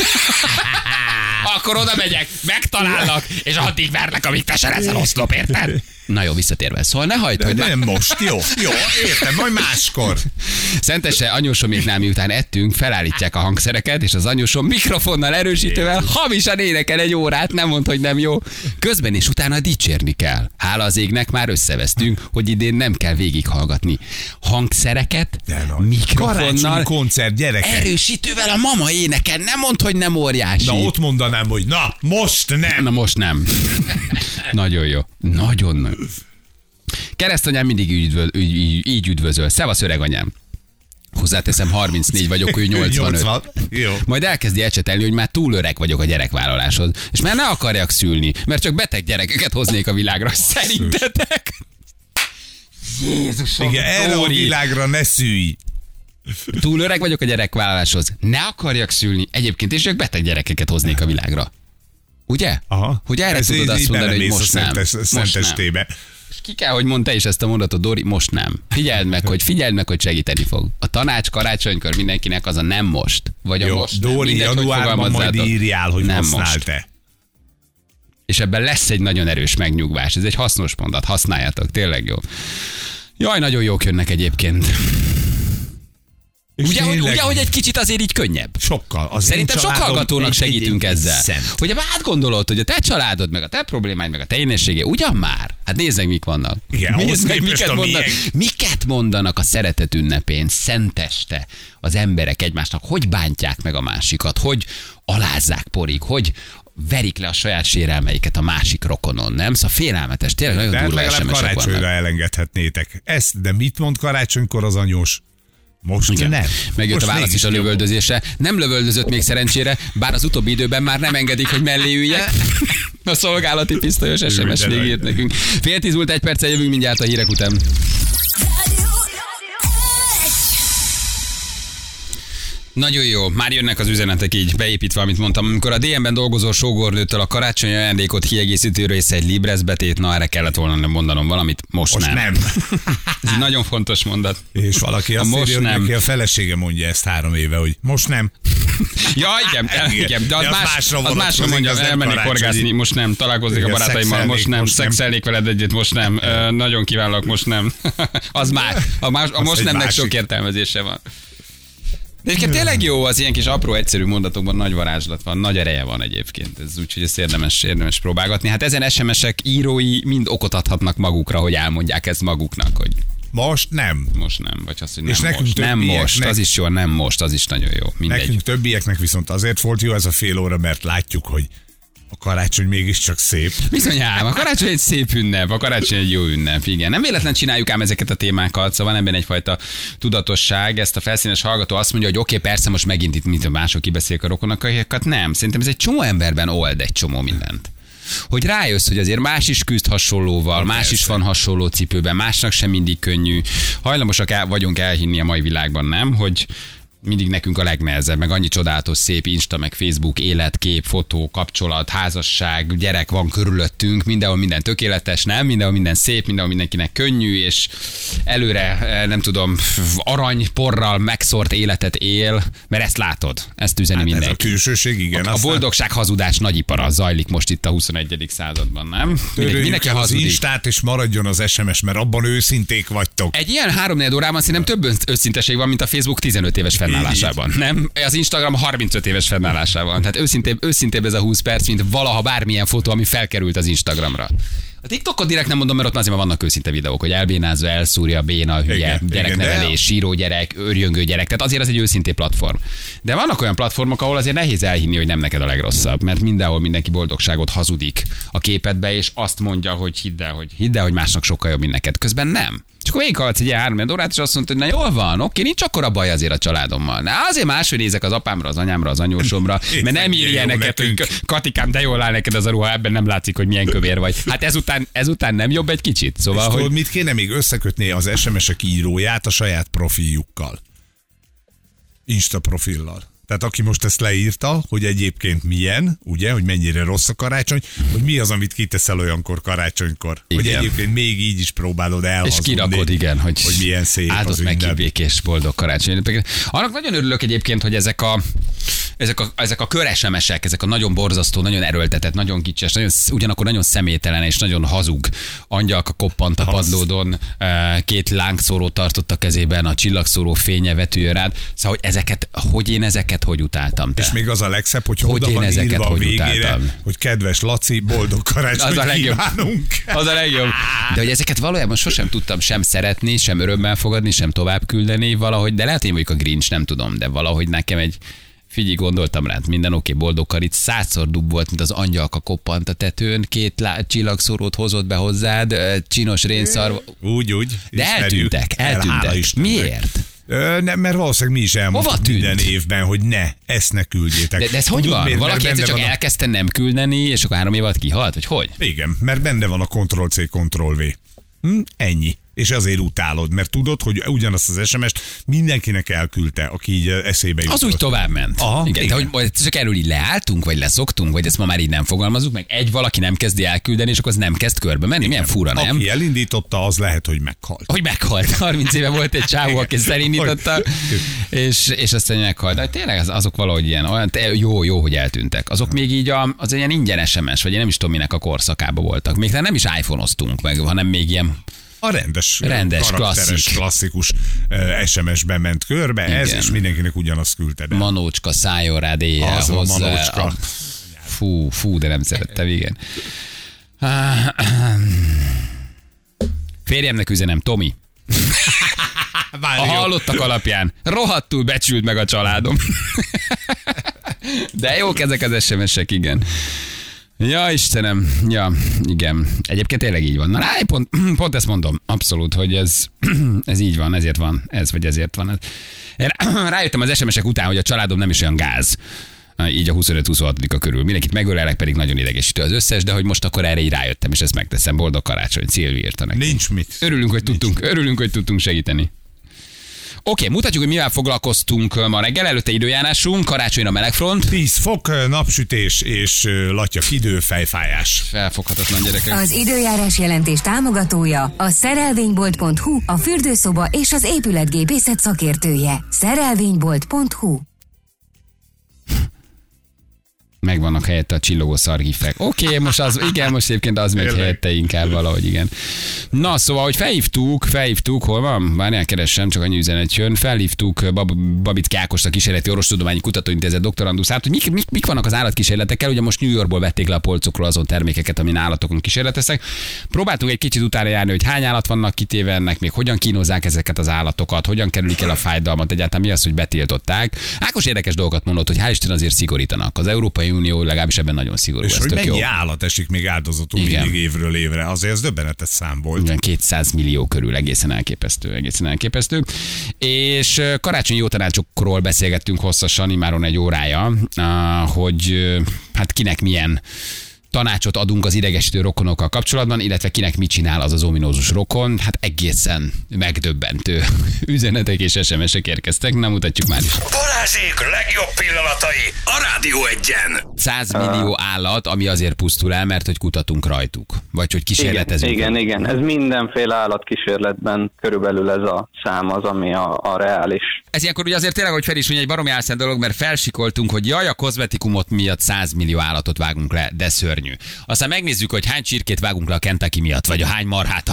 akkor oda megyek, megtalálnak, és addig vernek, amíg te se leszel oszlop, érted? Na jó, visszatérve. Szóval ne hagyd, hogy... Nem most, jó, értem, majd máskor. Szentese anyósoméknál miután ettünk, felállítják a hangszereket, és az anyósom mikrofonnal erősítővel hamisan énekel egy órát, nem mond, hogy nem jó. Közben és utána dicsérni kell. Hála az égnek, már összevesztünk, hogy idén nem kell végighallgatni. Hangszereket, mikrofonnal, koncert, gyerekek. Erősítővel a mama énekel, nem mond, hogy nem óriási. Na ott mondanám, hogy na, most nem. Na most nem. Nagyon jó. Nagyon. Keresztanyám mindig így üdvözöl. Szevasz, öreg anyám. Hozzáteszem, 34 vagyok, ő 85. Jó. Majd elkezdi ecsetelni, hogy már túl öreg vagyok a gyerekvállaláshoz. És már ne akarjak szülni, mert csak beteg gyerekeket hoznék a világra. Szerintetek? Jézusom, igen, erre a világra ne szülj. Túl öreg vagyok a gyerekvállaláshoz. Ne akarjak szülni. Egyébként is csak beteg gyerekeket hoznék a világra. Ugye? Aha. Hogy erre tudod azt mondani, hogy most nem. Szentestébe. És ki kell, hogy mondta is ezt a mondatot, Dori, most nem. Figyeld meg, hogy segíteni fog. A tanács karácsonykor mindenkinek az a nem most. Vagy a most nem. Dori, januárban majd írjál, hogy nem használ-e. És ebben lesz egy nagyon erős megnyugvás. Ez egy hasznos mondat, használjátok, tényleg jó. Jaj, nagyon jók jönnek egyébként. Ugye, hogy egy kicsit azért így könnyebb. Sokkal. Szerintem sok hallgatónak segítünk ezzel. Hogy átgondolod, hogy a te családod, meg a te problémáid, meg a te énessége, ugyan már? Hát nézd meg, mik vannak. Igen, nézd meg, miket mondanak a szeretet ünnepén, szenteste az emberek egymásnak, hogy bántják meg a másikat, hogy alázzák porig, hogy verik le a saját sérelmeiket a másik rokonon, nem? Szóval félelmetes, tényleg nagyon durva SMS-ek vannak. Karácsonyra elengedhetnétek ezt, de mit mond karácsonykor az anyós? Most igen. Nem. Megjött a válasz is a lövöldözésre. Nem lövöldözött még szerencsére, bár az utóbbi időben már nem engedik, hogy mellé üljek. A szolgálati pisztolyos SMS még írt nekünk. 9:10 múlt 1 perccel, jövünk mindjárt a hírek után. Nagyon jó, már jönnek az üzenetek így beépítve, amit mondtam. Amikor a DM-ben dolgozó sógornőtől a karácsonyi ajándékot kiegészítő része egy Libres betét, na erre kellett volna mondanom valamit, most nem. Ez egy nagyon fontos mondat. És valaki azt írja, hogy neki a felesége mondja ezt 3 éve, hogy most nem. Ja, igen, de az másra mondja, elmennék horgászni, most nem, találkozik a barátaimmal, most nem, szexelnék veled egyet, most nem, nagyon kívánlak, most nem. Az már, a most nemnek sok értelmezése van. De egyébként tényleg jó, az ilyen kis apró, egyszerű mondatokban nagy varázslat van, nagy ereje van egyébként. Ez úgyhogy ezt érdemes próbálgatni. Hát ezen SMS-ek írói mind okot adhatnak magukra, hogy elmondják ezt maguknak, hogy most nem. Most nem, vagy az, hogy nem és most. Nem most, az is jó, nem most, az is nagyon jó. Mindegy. Nekünk többieknek viszont azért volt jó ez a fél óra, mert látjuk, hogy a karácsony mégiscsak szép. Bizonyám, a karácsony egy szép ünnep, a karácsony egy jó ünnep, igen. Nem véletlen csináljuk ám ezeket a témákat, szóval van ebben egyfajta tudatosság. Ezt a felszínes hallgató azt mondja, hogy oké, persze most megint itt mint mások kibeszélik a rokonokat, nem. Szerintem ez egy csomó emberben old egy csomó mindent. Hogy rájössz, hogy azért más is küzd hasonlóval, más is van hasonló cipőben, másnak sem mindig könnyű. Hajlamosak vagyunk elhinni a mai világban, nem? Hogy mindig nekünk a legnehezebb, meg annyi csodálatos szép Insta, meg Facebook, életkép, fotó, kapcsolat, házasság, gyerek van körülöttünk, mindenhol minden tökéletes, nem? Mindenhol minden szép, mindenhol mindenkinek könnyű, és előre, nem tudom, aranyporral megszórt életet él, mert ezt látod, ezt üzeni mindenki. Ez a külsőség, igen. A boldogság hazudás nagyipara zajlik most itt a 21. században, nem? Mindenki az Instát, és maradjon az SMS, mert abban őszinték vagytok. Egy ilyen 3-4 órában szerintem több őszinteség van, mint a Facebook 15 éves fennállásában. Nem? Az Instagram 35 éves fennállásában. Tehát őszintébb ez a 20 perc, mint valaha bármilyen fotó, ami felkerült az Instagramra. A TikTokot direkt nem mondom, mert ott azért vannak őszinte videók, hogy elbénázva, elszúrja, béna, hülye, gyereknevelés, síró gyerek, őrjöngő gyerek. Tehát azért az egy őszinte platform. De vannak olyan platformok, ahol azért nehéz elhinni, hogy nem neked a legrosszabb, mert mindenhol mindenki boldogságot hazudik a képedbe, és azt mondja, hogy hidd el, hogy másnak sokkal jobb, mint neked. Közben nem. Csak akkor végighallgatsz egy ilyen 3 órát, és azt mondod, hogy na jól van, oké, nincs akkora baj azért a családommal. Na azért máshogy nézek az apámra, az anyámra, az anyósomra, mert nem írja neked, hogy Katikám, de jól áll neked az a ruha, ebben nem látszik, hogy milyen kövér vagy. Hát ezután nem jobb egy kicsit. Szóval, hogy mit kéne még összekötni az SMS-ek íróját a saját profiljukkal? Insta profillal. Tehát aki most ezt leírta, hogy egyébként milyen, ugye, hogy mennyire rossz a karácsony, hogy mi az, amit kiteszel olyankor karácsonykor. Igen. Hogy egyébként még így is próbálod elhazudni. És kirakod, igen, hogy milyen szép áldott az meg ünnep. békés, boldog karácsony. Annak nagyon örülök egyébként, hogy ezek a kör-SMS-ek, ezek a nagyon borzasztó, nagyon erőltetett, nagyon kicses, ugyanakkor nagyon személytelen és nagyon hazug angyalka koppant a padlódon, 2 lángszórót tartott a kezében, a csillagszóró fénye vetüljön rád. Szóval, hogy én ezeket hogy utáltam. És még az a legszebb, hogy oda van írva a végére, hogy kedves Laci, boldog karácsonyt kívánunk. Az a legjobb. De hogy ezeket valójában sosem tudtam sem szeretni, sem örömmel fogadni, sem tovább küldeni valahogy, de lehet, hogy mondjuk a Grinch, nem tudom, de valahogy nekem egy figyelj, gondoltam rá, minden oké, boldog karit, 100-szor dub volt, mint az angyalka koppant a tetőn, 2 csillagszórót hozott be hozzád, csinos rénszar. Úgy. De eltűntek. Miért? Nem, mert valószínűleg mi is elmondtuk minden évben, hogy ezt ne küldjétek. De ez hogy van? Valaki egyszer csak elkezdte nem küldeni, és akkor 3 év alatt kihalt, vagy hogy? Igen, mert benne van a Ctrl-C, Ctrl-V. Ennyi. És azért utálod, mert tudod, hogy ugyanazt az SMS-t mindenkinek elküldte, aki így eszébe jutott. Az úgy tovább ment. Aha, igen. De hogy csak erről így leálltunk, vagy leszoktunk, vagy ezt ma már így nem fogalmazunk, meg egy valaki nem kezdi elküldeni, és akkor az nem kezd körbe menni. Milyen fura, nem? Aki elindította, az lehet, hogy meghalt. Hogy meghalt. 30 éve volt egy csávó, aki ezt elindította, és aztán meghalt. De tényleg azok valahogy ilyen, olyan, jó, hogy eltűntek. Azok még így az ilyen ingyen SMS, vagy én nem is tudom, minek a korszakában voltak. Még nem is iPhone-oztunk meg, hanem még ilyen a rendes klasszikus SMS-ben ment körbe, igen. Ez, és mindenkinek ugyanazt küldte. Manócska szálljon rád éjjel hozzá. Manócska. Fú, de nem szerettem, igen. Férjemnek üzenem, Tomi. A hallottak alapján rohadtul becsült meg a családom. De jók ezek az SMS-ek, igen. Ja, Istenem, ja, igen. Egyébként tényleg így van. Na, pont ezt mondom, abszolút, hogy ez így van, ezért van, ezért van. Rájöttem az SMS-ek után, hogy a családom nem is olyan gáz. Így a 25-26-a körül. Mindenkit megölelek, pedig nagyon idegesítő az összes, de hogy most akkor erre így rájöttem, és ezt megteszem. Boldog karácsony, Szilvi írta neki. Nincs mit. Örülünk, hogy tudtunk segíteni. Oké, mutatjuk, hogy mivel foglalkoztunk ma reggel. Előtte időjárásunk, karácsonyra melegfront. 10 fok, napsütés és latyak idő, fejfájás. Felfoghatatlan gyerekek. Az időjárás jelentés támogatója a szerelvénybolt.hu, a fürdőszoba és az épületgépészet szakértője. Szerelvénybolt.hu. Megvannak helyette a csillogó szargifek. Oké, most egyébként az megy helyette inkább valahogy, igen. Na, szóval, hogy felhívtuk, hol van? Várjál, keressem, csak annyi üzenet jön. Felhívtuk Babicki Ákost, a Kísérleti Orvostudományi Kutatóintézet doktoranduszát, hogy mik vannak az állatkísérletekkel. Ugye most New Yorkból vették le a polcokról azon termékeket, amin állatokon kísérleteznek. Próbáltunk egy kicsit utána járni, hogy hány állat vannak kitéve ennek, még hogyan kínozzák ezeket az állatokat, hogyan kerülik el a fájdalmat, egyáltalán mi az, hogy betiltották. Ákos érdekes dolgokat mondott, hogy hál' Isten azért szigorítanak. Az Európai Unió legalábbis ebben nagyon szigorú. És hogy mennyi állat esik még áldozatul mindig évről évre, azért ez döbbenetes szám volt. 200 millió körül, egészen elképesztő. És karácsonyi jó tanácsokról beszélgettünk hosszasan, imáron egy órája, hogy hát kinek milyen tanácsot adunk az idegesítő rokonokkal kapcsolatban, illetve kinek mit csinál az ominózus rokon. Hát egészen megdöbbentő üzenetek és SMS-ek érkeztek, nem mutatjuk már is. Balázsék legjobb pillanatai a Rádió 1-en. 100 millió állat, ami azért pusztul el, mert hogy kutatunk rajtuk. Vagy hogy kísérletezünk. Igen. Ez mindenféle állatkísérletben körülbelül ez a szám az, ami a reális. Ez ilyenkor ugye azért tényleg, hogy Feri is mondja, egy baromi álszent dolog, mert felsikoltunk, hogy jaj, a kozmetikumot miatt 100 millió állatot vágunk le, de szörnyű. Aztán megnézzük, hogy hány csirkét vágunk le a Kentucky miatt, vagy a hány marhát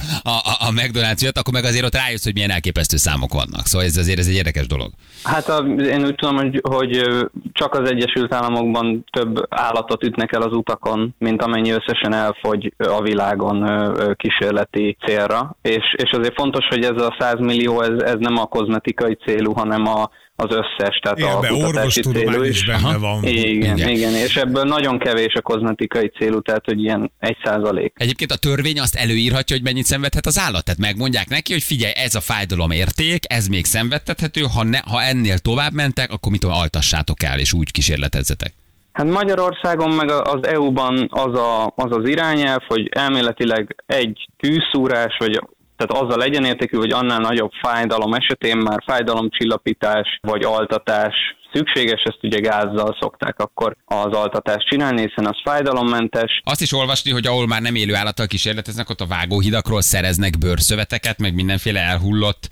a McDonald's miatt, akkor meg azért ott rájössz, hogy milyen elképesztő számok vannak. Szóval ez egy érdekes dolog. Hát én úgy tudom, hogy csak az Egyesült Államokban több állatot ütnek el az utakon, mint amennyi összesen elfogy a világon kísérleti célra. És azért fontos, hogy ez a 100 millió, ez nem a kozmetikai célú, hanem az összes, tehát igen, a kutatási célú is. Benne van. Igen, és ebből nagyon kevés a kozmetikai célú, tehát hogy ilyen 1%. Egyébként a törvény azt előírhatja, hogy mennyit szenvedhet az állat. Tehát megmondják neki, hogy figyelj, ez a fájdalom érték, ez még szenvedtethető, ha ennél tovább mentek, akkor mit tudom, altassátok el, és úgy kísérletezzetek. Hát Magyarországon meg az EU-ban az irányelv, hogy elméletileg egy tűzszúrás, vagy tehát azzal egyenértékű, hogy annál nagyobb fájdalom esetén már fájdalomcsillapítás vagy altatás szükséges, ezt ugye gázzal szokták akkor az altatást csinálni, hiszen az fájdalommentes. Azt is olvasni, hogy ahol már nem élő állattal kísérleteznek, ott a vágóhidakról szereznek bőrszöveteket, meg mindenféle elhullott,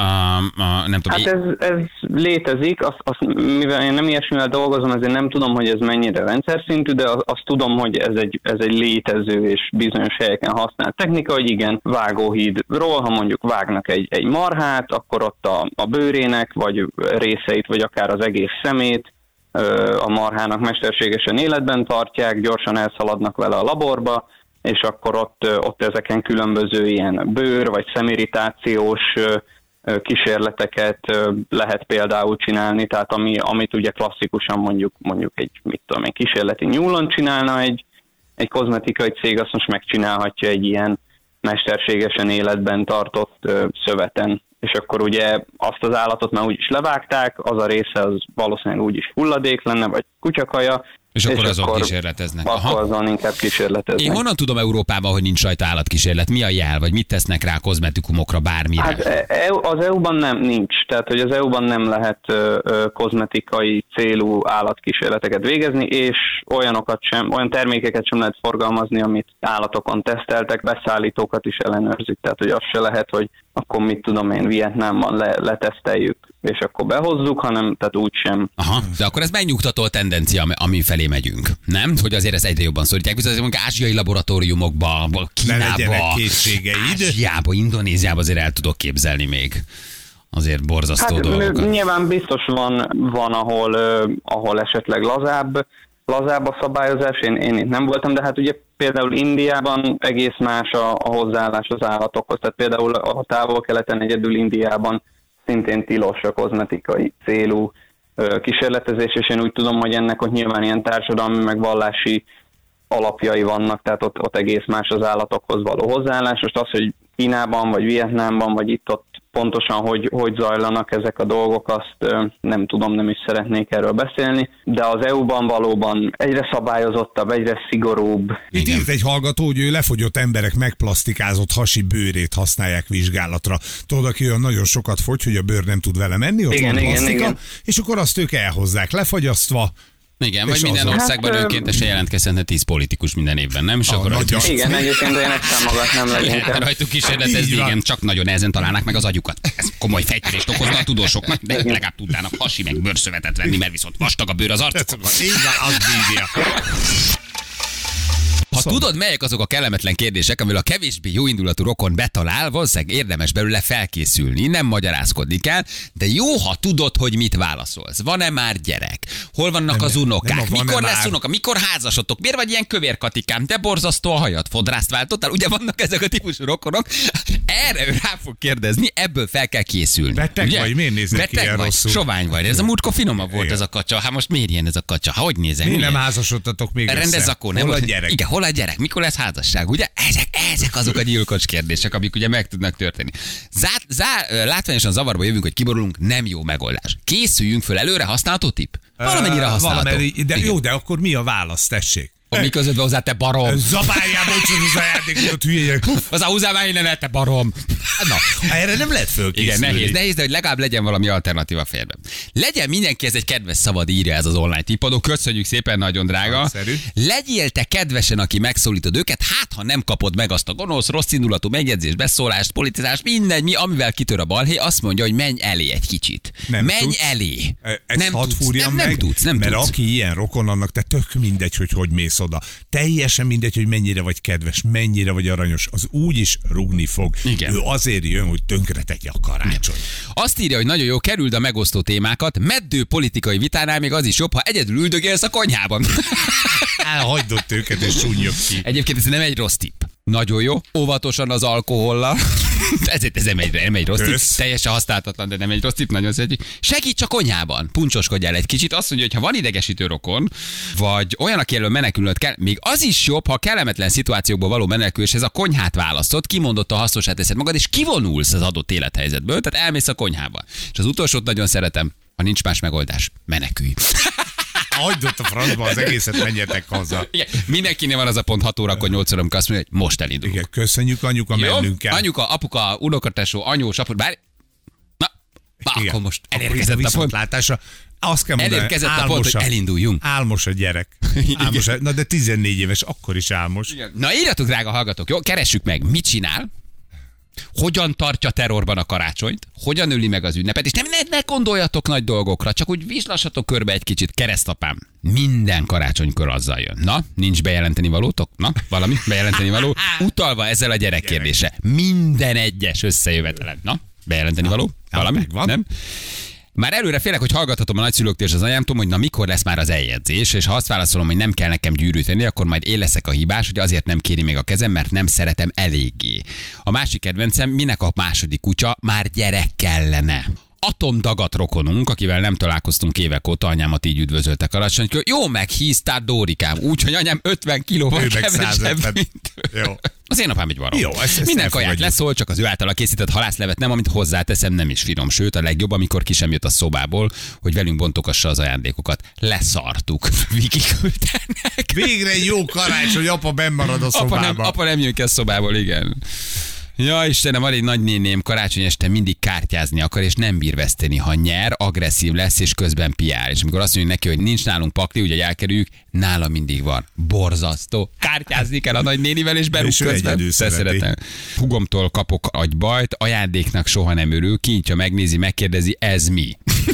nem tudom. Hát ez létezik, mivel én nem ilyesmivel dolgozom, ezért nem tudom, hogy ez mennyire rendszer szintű, de azt tudom, hogy ez egy létező és bizonyos helyeken használt technika, hogy igen, vágóhídról, ha mondjuk vágnak egy marhát, akkor ott a bőrének, vagy részeit, vagy akár az egész szemét a marhának mesterségesen életben tartják, gyorsan elszaladnak vele a laborba, és akkor ott ezeken különböző ilyen bőr vagy szemirritációs kísérleteket lehet például csinálni, tehát amit ugye klasszikusan mondjuk egy kísérleti nyúlon csinálna egy kozmetikai cég, azt most megcsinálhatja egy ilyen mesterségesen életben tartott szöveten. És akkor ugye azt az állatot már úgyis levágták, az a része az valószínűleg úgyis hulladék lenne, vagy kutyakaja, és akkor azon kísérleteznek. Akkor azon inkább kísérleteznek. Én honnan tudom Európában, hogy nincs rajta állatkísérlet? Mi a jel, vagy mit tesznek rá kozmetikumokra, bármire? Hát az EU-ban nincs. Tehát, hogy az EU-ban nem lehet kozmetikai célú állatkísérleteket végezni, és olyan termékeket sem lehet forgalmazni, amit állatokon teszteltek, beszállítókat is ellenőrzik. Tehát, hogy az se lehet, hogy akkor mit tudom én, Vietnámban leteszteljük, és akkor behozzuk, hanem tehát úgy sem. Aha, de akkor ez megnyugtató a tendencia, ami felé megyünk, nem? Hogy azért ez egyre jobban szorítják. Viszont azért ázsiai laboratóriumokba, Kínába, Ázsiába, Indonéziába azért el tudok képzelni még. Azért borzasztó dolgokat. Nyilván biztos van ahol esetleg lazább a szabályozás, én itt nem voltam, de hát ugye például Indiában egész más a hozzáállás az állatokhoz, tehát például a Távol-Keleten, egyedül Indiában szintén tilos a kozmetikai célú kísérletezés, és én úgy tudom, hogy ennek ott nyilván ilyen társadalmi meg vallási alapjai vannak, tehát ott egész más az állatokhoz való hozzáállás. Most az, hogy Kínában, vagy Vietnámban, vagy itt-ott pontosan hogy zajlanak ezek a dolgok, azt nem tudom, nem is szeretnék erről beszélni, de az EU-ban valóban egyre szabályozottabb, egyre szigorúbb. Itt írt egy hallgató, hogy ő lefogyott emberek megplasztikázott hasi bőrét használják vizsgálatra. Tudod, aki olyan nagyon sokat fogy, hogy a bőr nem tud vele menni, ott van plasztika, és akkor azt ők elhozzák lefagyasztva. Igen, vagy minden országban önkéntesen jelentkezhetne 10 politikus minden évben, nem? És akkor igen, egyébként én ezt támogatnám legyen. Rajtuk kísérletezni, igen, csak nagyon nehezen találnák meg az agyukat. Ez komoly fejtörést okozna a tudósoknak, de legalább tudnának hasi meg bőrszövetet venni, mert viszont vastag a bőr az arcukon. Így van, az bírja. Ha tudod, melyek azok a kellemetlen kérdések, amivel a kevésbé jóindulatú rokon betalál, valószínűleg érdemes belőle felkészülni, nem magyarázkodni kell, de jó, ha tudod, hogy mit válaszolsz. Van-e már gyerek? Hol vannak az unokák? Mikor lesz unoka? Mikor házasodtok? Miért vagy ilyen kövér, Katikám? De borzasztó a hajad. Fodrászt váltottál? Ugye vannak ezek a típusú rokonok? Erre ő rá fog kérdezni, ebből fel kell készülni. Beteg ugye? vagy, miért néznek ilyen rosszul? Sovány vagy. Ez a múltkor finomabb volt ez a kacsa. Hát most miért ilyen ez a kacsa? Hogy nézek? Mi nem házasodtatok még össze? Hol a gyerek? Igen, hol a gyerek? Mikor lesz házasság? Ugye? Ezek azok a gyilkos kérdések, amik ugye meg tudnak történni. Látványosan zavarba jövünk, hogy kiborulunk, nem jó megoldás. Készüljünk föl előre, használható tipp? Valamennyire használható. De jó, de akkor mi a válasz, tessék? Mi között hozzá, te barom? Zabáljál, bocsánat, az ajándékot, hülyék. Az a húzzál már innen, te barom. Na, erre nem lehet fölkészülni. Igen, nehéz, de hogy legalább legyen valami alternatíva férben. Legyen mindenki, ez egy kedves szabad, írja ez az online tippadó. Köszönjük szépen, nagyon drága. Nagyszerű. Legyél te kedvesen, aki megszólítod őket, hát ha nem kapod meg azt a gonosz, rossz indulatú megjegyzést, beszólást, politizást, mindegy, amivel kitör a balhé, azt mondja, hogy menj elé egy kicsit. Menj elé. Nem tudsz. Nem tudsz. Mert aki ilyen rokon, annak te tök mindegy, hogy mész oda. Teljesen mindegy, hogy mennyire vagy kedves, mennyire vagy aranyos, az úgyis rúgni fog. Igen. Ő azért jön, hogy tönkretegye a karácsony. Azt írja, hogy nagyon jó, kerüld a megosztó témákat, meddő politikai vitánál még az is jobb, ha egyedül üldögélsz a konyhában. Hagyd ott őket és sunnyog ki. Egyébként ez nem egy rossz tipp. Nagyon jó, óvatosan az alkohollal. Ez nem egy rossz tipp. Teljesen használhatatlan, de nem egy rossz tipp, nagyon szeretjük. Segíts a konyhában, puncsoskodjál egy kicsit. Azt mondja, hogy ha van idegesítő rokon, vagy olyan, aki elől menekülnöd kell, még az is jobb, ha kellemetlen szituációkból való meneküléshez a konyhát választod, kimondottan hasznosá teszed magad, és kivonulsz az adott élethelyzetből, tehát elmész a konyhába. És az utolsót nagyon szeretem, ha nincs más megoldás, menekülj. Hagyd ott a francba, az egészet menjetek haza. Igen, mindenkinél van az a pont 6 órakor, 8 óra, amikor azt mondja, hogy most elindulunk. Igen, köszönjük, anyuka, mennünk kell. Anyuka, apuka, unokatesó, anyós, apud, bár... Na, akkor most elérkezett a pont. Viszontlátásra. Azt kell mondani, elérkezett a pont, hogy elinduljunk. Álmos a gyerek. Álmos na de 14 éves, akkor is álmos. Igen. Na írjatok, drága hallgatók, jó? Keressük meg, mit csinál, hogyan tartja terrorban a karácsonyt, hogyan öli meg az ünnepet, és ne gondoljatok nagy dolgokra, csak úgy vizslassatok körbe egy kicsit. Keresztapám, minden karácsonykor azzal jön. Na, nincs bejelenteni valótok? Na, valami bejelenteni való? Utalva ezzel a gyerek kérdése. Minden egyes összejövetelen. Na, bejelenteni való? Valami? Nem? Már előre félek, hogy hallgathatom a nagyszülőktől és az anyámtól, hogy na mikor lesz már az eljegyzés, és ha azt válaszolom, hogy nem kell nekem gyűrűteni, akkor majd én leszek a hibás, hogy azért nem kéri még a kezem, mert nem szeretem eléggé. A másik kedvencem, minek a második kutya, már gyerek kellene. Atomdagat rokonunk, akivel nem találkoztunk évek óta, anyámat így üdvözölte karácsonykor. Jó meghíztál, Dórikám, úgyhogy anyám 50 kilóval kevesebb, mint... Jó. Az én apám egy barom. Jó, ezt minden kaját leszól, csak az ő általa készített halászlevet nem, amit hozzáteszem, nem is finom. Sőt, a legjobb, amikor ki sem jött a szobából, hogy velünk bontokassa az ajándékokat. Leszartuk. Viki küldtenek. Végre egy jó karács, hogy apa benn marad a szobába. Apa nem jön ki a szobából, igen. Ja, Istenem, van egy nagynéném, karácsony este mindig kártyázni akar, és nem bír veszteni. Ha nyer, agresszív lesz, és közben piál. És amikor azt mondjuk neki, hogy nincs nálunk pakli, ugye elkerüljük, nála mindig van. Borzasztó. Kártyázni kell a nagynénivel, és berúg közben. Szeretem. Hugomtól kapok agybajt, ajándéknak soha nem örül, kinyitja, megnézi, megkérdezi, ez mi?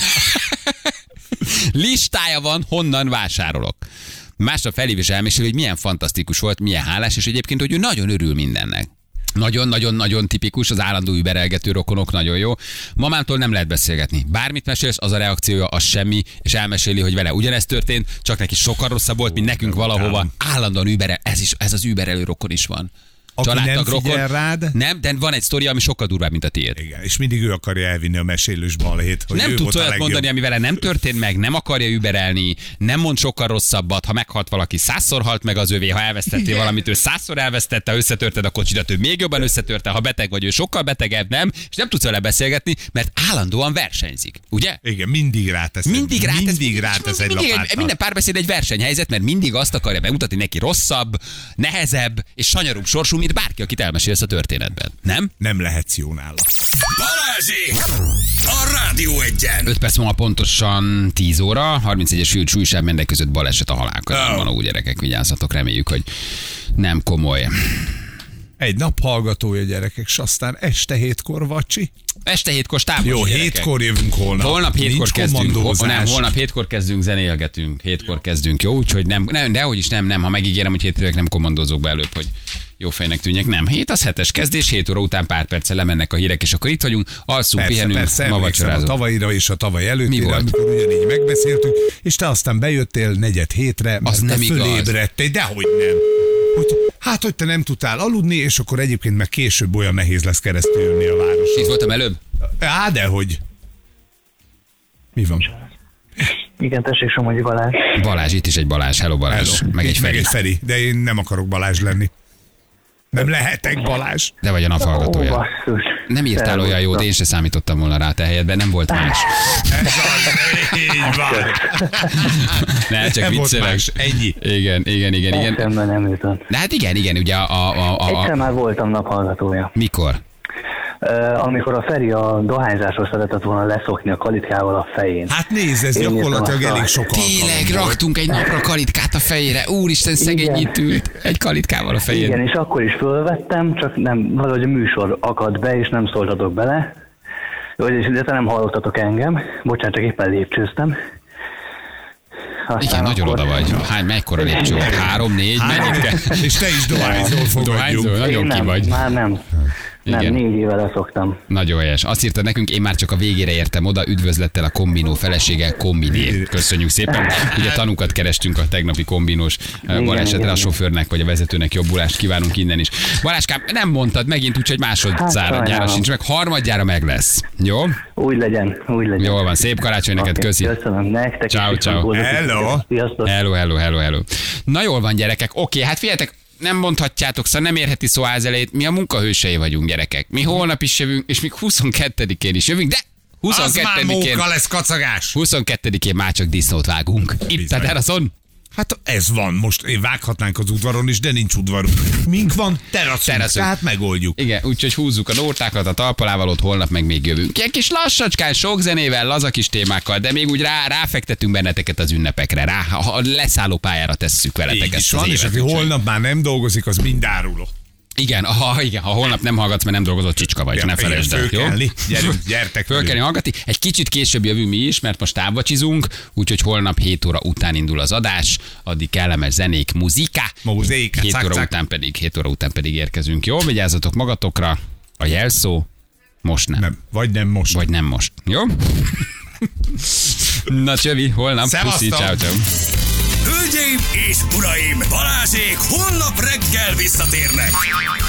Listája van, honnan vásárolok. Másnap felhív és elmesél, hogy milyen fantasztikus volt, milyen hálás, és egyébként, hogy ő nagyon örül mindennek. Nagyon-nagyon-nagyon tipikus, az állandó überelgető rokonok, nagyon jó. Mamámtól nem lehet beszélgetni. Bármit mesélsz, az a reakciója, az semmi, és elmeséli, hogy vele ugyanezt történt, csak neki sokkal rosszabb volt, mint nekünk valahova. Állandóan überel, ez az überelő rokon is van. Aki nem családtag, figyel rokon. rád. Nem, de van egy sztori, ami sokkal durvább, mint a tiéd. Igen, és mindig ő akarja elvinni a mesélős balhét. Hogy Nem ő tudsz volt a olyat legjobb. mondani, ami vele nem történt meg, nem akarja überelni, nem mond sokkal rosszabbat, ha meghalt valaki, 100-szor halt meg az övé, ha elvesztettél valamit, ő 100-szor elvesztette, ha összetörted a kocsidat, ő még jobban összetörte, ha beteg vagy, ő sokkal betegebb, nem, és nem tudsz vele beszélgetni, mert állandóan versenyzik, ugye? Igen, mindig rátesz. Mindig rátesz egy lapáttal. minden párbeszéd egy versenyhelyzet, mert mindig azt akarja megmutatni neki rosszabb, nehezebb és sanyarúbb sorsú, mint bárki, akit elmesélsz a történetben. Nem? Nem lehetsz jó nála. Balázsék! A Rádió Egyen! 5 perc múlva pontosan 10 óra, 31-es főt súlyosság mindek között baleset a halálközben van, gyerekek, vigyázzatok, reméljük, hogy nem komoly. Egy nap hallgatója, gyerekek, és aztán este 7-kor vacsi. Este 7-kor stábos, Jó, gyerekek. 7-kor jövünk holnap. Holnap 7-kor Nincs kezdünk. kommandózás. Holnap 7-kor kezdünk, zenélgetünk. 7-kor kezdünk, jó? Úgyhogy nem, dehogy is nem. Ha megígérem, hogy 7 nem kommandózok be előbb, hogy jó fejnek tűnjek. Nem, 7 az 7-es kezdés, 7 óra után pár perccel lemennek a hírek, és akkor itt vagyunk, alszunk, pihenünk, Persze, ma emlékszem a vacsorázunk. tavalyira és a tavaly Mi előttére, volt? amikor ugyanígy megbeszéltük, és te aztán bejöttél 4-7-re, mert Az te nem igaz. fölébredtél, dehogy nem. Hogy te nem tudtál aludni, és akkor egyébként meg később olyan nehéz lesz keresztül jönni a városon. Itt voltam előbb? Á, dehogy. Mi van? Igen, tessék, Somogyi Balázs. Balázs, itt is egy Balázs. Hello Balázs. Hello. Meg egy Meg Feri. egy Feri, de én nem akarok Balázs lenni. Nem lehetek Balázs. De vagy a nap hallgatója. basszus. Nem írtál olyan jót, én se számítottam volna rá te helyedben, nem volt más. Ez az, így van. Ne, csak Nem volt viccelek. más, ennyi. Igen. Eszembe nem jutott. De hát igen, ugye Egyszer már voltam naphallgatója. mikor? Amikor a Feri a dohányzásról szeretett volna leszokni a kalitkával a fején. Hát nézd, ez Én gyakorlatilag írtam elég azt. sok Tényleg, alkalom volt. raktunk egy napra kalitkát a fejére. Úristen, szegény Igen. itt ült. Egy kalitkával a fején. Igen, és akkor is fölvettem, csak nem, valahogy a műsor akadt be, és nem szóltatok bele. És te nem hallottatok engem. Bocsánat, csak éppen lépcsőztem. Igen, nagyon oda vagy. Mekkora lépcső volt? 3, 4, mennyit kell? És te is dohányzol, fogadjuk. Dohányzol, nagyon Én ki nem, vagy. már nem. Nem, Igen. 4 éve leszoktam. Nagyon helyes. Azt írta nekünk, én már csak a végére értem oda, üdvözlettel a kombinó felesége, kombiné. Köszönjük szépen. Ugye tanúkat kerestünk a tegnapi kombinós balesetre, igen. a sofőrnek vagy a vezetőnek jobbulást kívánunk innen is. Baláskám, nem mondtad megint, úgyhogy másodjára sajnálom. sincs meg, harmadjára meg lesz. Jó? Úgy legyen. Jól van, szép karácsony neked, Oké, köszi. Köszönöm nektek. Ciao, is, ciao. Hello. Sziasztok. Hello. Na jól van, gyerekek. Oké, hát figyeljetek, nem mondhatjátok, szóval nem érheti szó ház elejét. Mi a munkahősei vagyunk, gyerekek. Mi holnap is jövünk, és még 22-én is jövünk, de Az már 22-én móka lesz, kacagás. 22-én már csak disznót vágunk. Itt a Bizony. teraszon. Hát ez van, most én vághatnánk az udvaron is, de nincs udvarunk. Mink van? Teraszunk. Teraszunk. Tehát megoldjuk. Igen, úgyhogy húzzuk a nótákat, a talpalávalót, holnap meg még jövünk. Ilyen kis lassacskán, sok zenével, laza kis témákkal, de még úgy ráfektetünk benneteket az ünnepekre, a leszálló pályára tesszük veletek Így ezt is az van, és évet. aki úgyhogy- holnap már nem dolgozik, az mind áruló. Igen, ha holnap nem hallgatsz, mert nem dolgozott csicska vagy, ne felejtsd el, jó? Fölkelni. Gyertek Föl kell hallgatni. Egy kicsit később jövünk mi is, mert most távvacsizunk, úgyhogy holnap 7 óra után indul az adás, addig kellemes zenék, muzika. Muzika, 7 óra cak-cak. után pedig érkezünk. Jó, vigyázzatok magatokra. A jelszó most nem. Nem, vagy nem most. Vagy nem most. Jó? Na Csövi, holnap. Puszi, Szevasztok. ciao, ciao. Hölgyeim és uraim, Balázsék holnap reggel visszatérnek.